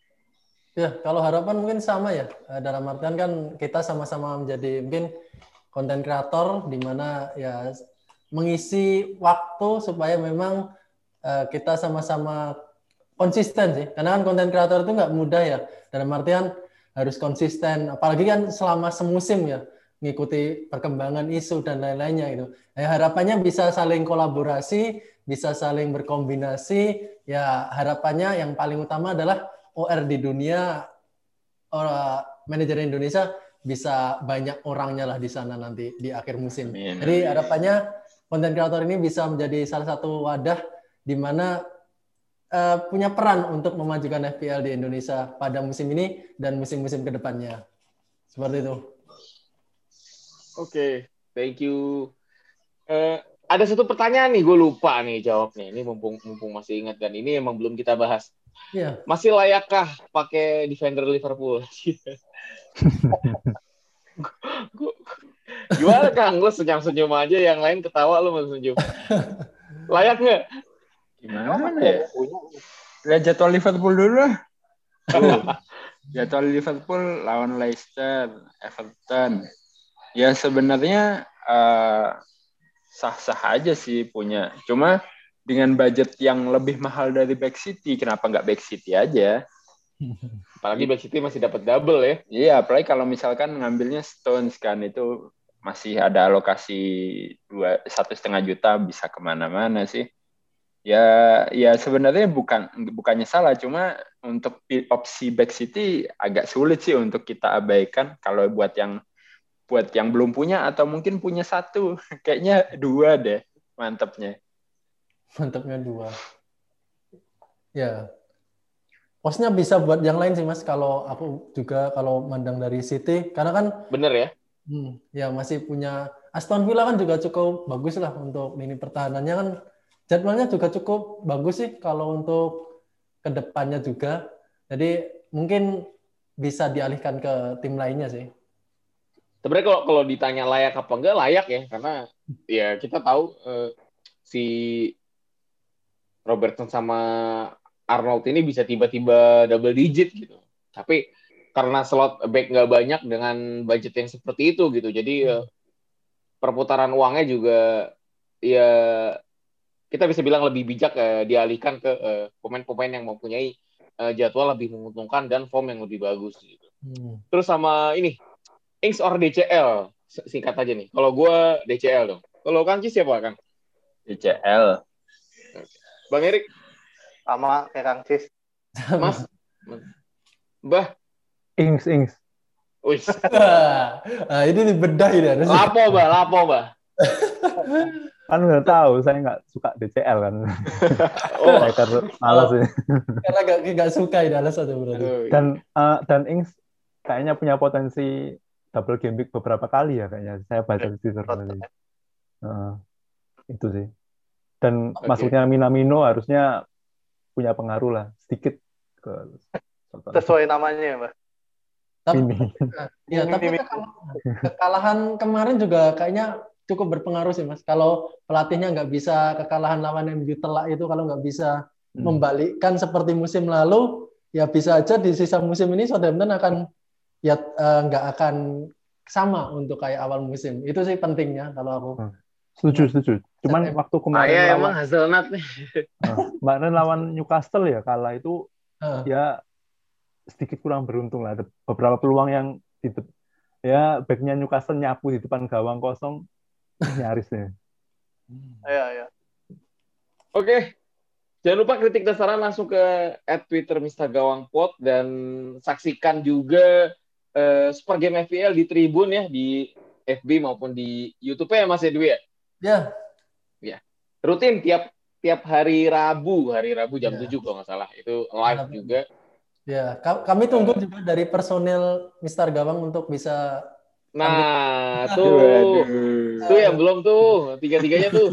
Ya, kalau harapan mungkin sama ya. Dalam artian kan kita sama-sama menjadi mungkin konten kreator di mana ya mengisi waktu supaya memang uh, kita sama-sama konsisten sih. Karena kan konten kreator itu nggak mudah ya. Dalam artian harus konsisten. Apalagi kan selama semusim ya. mengikuti perkembangan isu dan lain-lainnya itu. Ya, harapannya bisa saling kolaborasi, bisa saling berkombinasi. Ya harapannya yang paling utama adalah O R di dunia, orang manajer Indonesia bisa banyak orangnya lah di sana nanti di akhir musim. Amin, Jadi amin. harapannya konten kreator ini bisa menjadi salah satu wadah di mana uh, punya peran untuk memajukan F P L di Indonesia pada musim ini dan musim-musim kedepannya. Seperti itu. Oke, okay, thank you. Uh, ada satu pertanyaan nih, gue lupa nih jawabnya. Ini mumpung mumpung masih ingat dan ini emang belum kita bahas. Iya. Masih layakkah pakai defender Liverpool? Gimana Kang? Gue senyum-senyum aja, yang lain ketawa lu masih senyum. Layak nggak? Gimana ya? Lihat jadwal Liverpool dulu lah. Uh, jadwal Liverpool lawan Leicester, Everton. Ya sebenarnya uh, sah-sah aja sih punya. Cuma dengan budget yang lebih mahal dari Back City, kenapa nggak Back City aja? Apalagi Back City masih dapat double ya. Iya, apalagi kalau misalkan ngambilnya Stones kan, itu masih ada alokasi dua satu setengah juta bisa kemana-mana sih. Ya, ya sebenarnya bukan bukannya salah, cuma untuk opsi Back City agak sulit sih untuk kita abaikan. Kalau buat yang buat yang belum punya atau mungkin punya satu, kayaknya dua deh mantapnya. Mantapnya dua. Ya. Posnya bisa buat yang lain sih Mas. Kalau aku juga kalau mandang dari City, karena kan bener ya. Hmm, ya masih punya Aston Villa kan juga cukup bagus lah untuk lini pertahanannya kan. Jadwalnya juga cukup bagus sih kalau untuk kedepannya juga. Jadi mungkin bisa dialihkan ke tim lainnya sih. Sebenarnya kalau kalau ditanya layak apa enggak, layak ya, karena ya kita tahu eh, si Robertson sama Arnold ini bisa tiba-tiba double digit gitu. Tapi karena slot back nggak banyak dengan budget yang seperti itu gitu, jadi eh, perputaran uangnya juga ya kita bisa bilang lebih bijak eh, dialihkan ke eh, pemain-pemain yang mempunyai eh, jadwal lebih menguntungkan dan form yang lebih bagus gitu. Hmm. Terus sama ini Ings or D C L, singkat aja nih. Kalau gue D C L dong. Kalau Kang Cis siapa Kang? D C L. Bang Erik? Sama kayak Kang Cis. Mas? Mbah? Ings, Ings. Wih. Nah, ini dibedah ini. Lapo, Mbah. Lapo, Mbah. Kan udah tahu, saya nggak suka D C L kan. Oh. Saya karena malas oh. ini. Karena nggak nggak suka ini alasan itu berarti. Dan uh, dan Ings kayaknya punya potensi double game week beberapa kali ya kayaknya. Saya baca di Twitter tadi. Uh, itu sih. Dan okay. Masuknya Minamino harusnya punya pengaruh lah sedikit ke sesuai namanya ya, Mbak. Tapi, ya, tapi kekalahan kemarin juga kayaknya cukup berpengaruh sih Mas. Kalau pelatihnya nggak bisa kekalahan lawan M U telak itu, kalau nggak bisa hmm. membalikkan seperti musim lalu, ya bisa aja di sisa musim ini Southampton akan ya nggak uh, akan sama untuk kayak awal musim. Itu sih pentingnya kalau aku. Hmm. Setuju, setuju. Cuman Setuju. waktu kemarin Ayah, lawan emang Hazelnut nih. Nah, kemarin lawan Newcastle ya kalah itu uh. ya sedikit kurang beruntung lah. Ada beberapa peluang yang di ya backnya Newcastle nyapu di depan gawang kosong nyaris nih. Iya, iya. Oke. Jangan lupa kritik dan saran langsung ke at Twitter Mister Gawang Pod dan saksikan juga uh, Super Game F P L di Tribun ya, di F B maupun di YouTube ya Mas Edwi ya? Ya. Ya. Rutin tiap tiap hari Rabu, hari Rabu jam ya. tujuh kalau nggak salah. Itu live ya, juga. Ya, kami tunggu uh, juga dari personil Mister Gawang untuk bisa Nah, tuh. Aduh. Tuh yang belum tuh, tiga-tiganya tuh.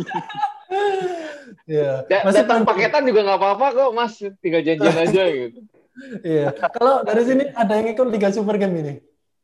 Iya. Da- Masih datang paketan juga nggak apa-apa kok, Mas. Tinggal janjian aja gitu. Iya. Kalau dari sini ada yang ikut Liga Super Game ini?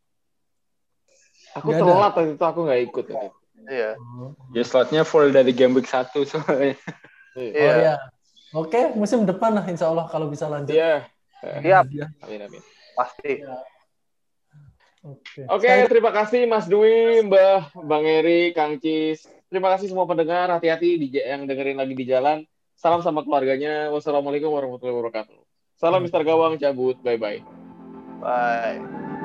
Aku gak telat waktu itu, aku nggak ikut. Gitu. Iya. Ya slotnya full dari game week satu soalnya. Iya. Oh iya. Oke, musim depan lah insya Allah kalau bisa lanjut. Iya. Siap. Amin, amin. Pasti. Ya. Oke, Oke, terima kasih Mas Dwi, Mbah, Bang Eri, Kang Cis. Terima kasih semua pendengar, hati-hati di, yang dengerin lagi di jalan. Salam sama keluarganya. Wassalamualaikum warahmatullahi wabarakatuh. Salam Mister Gawang, cabut. Bye-bye. Bye.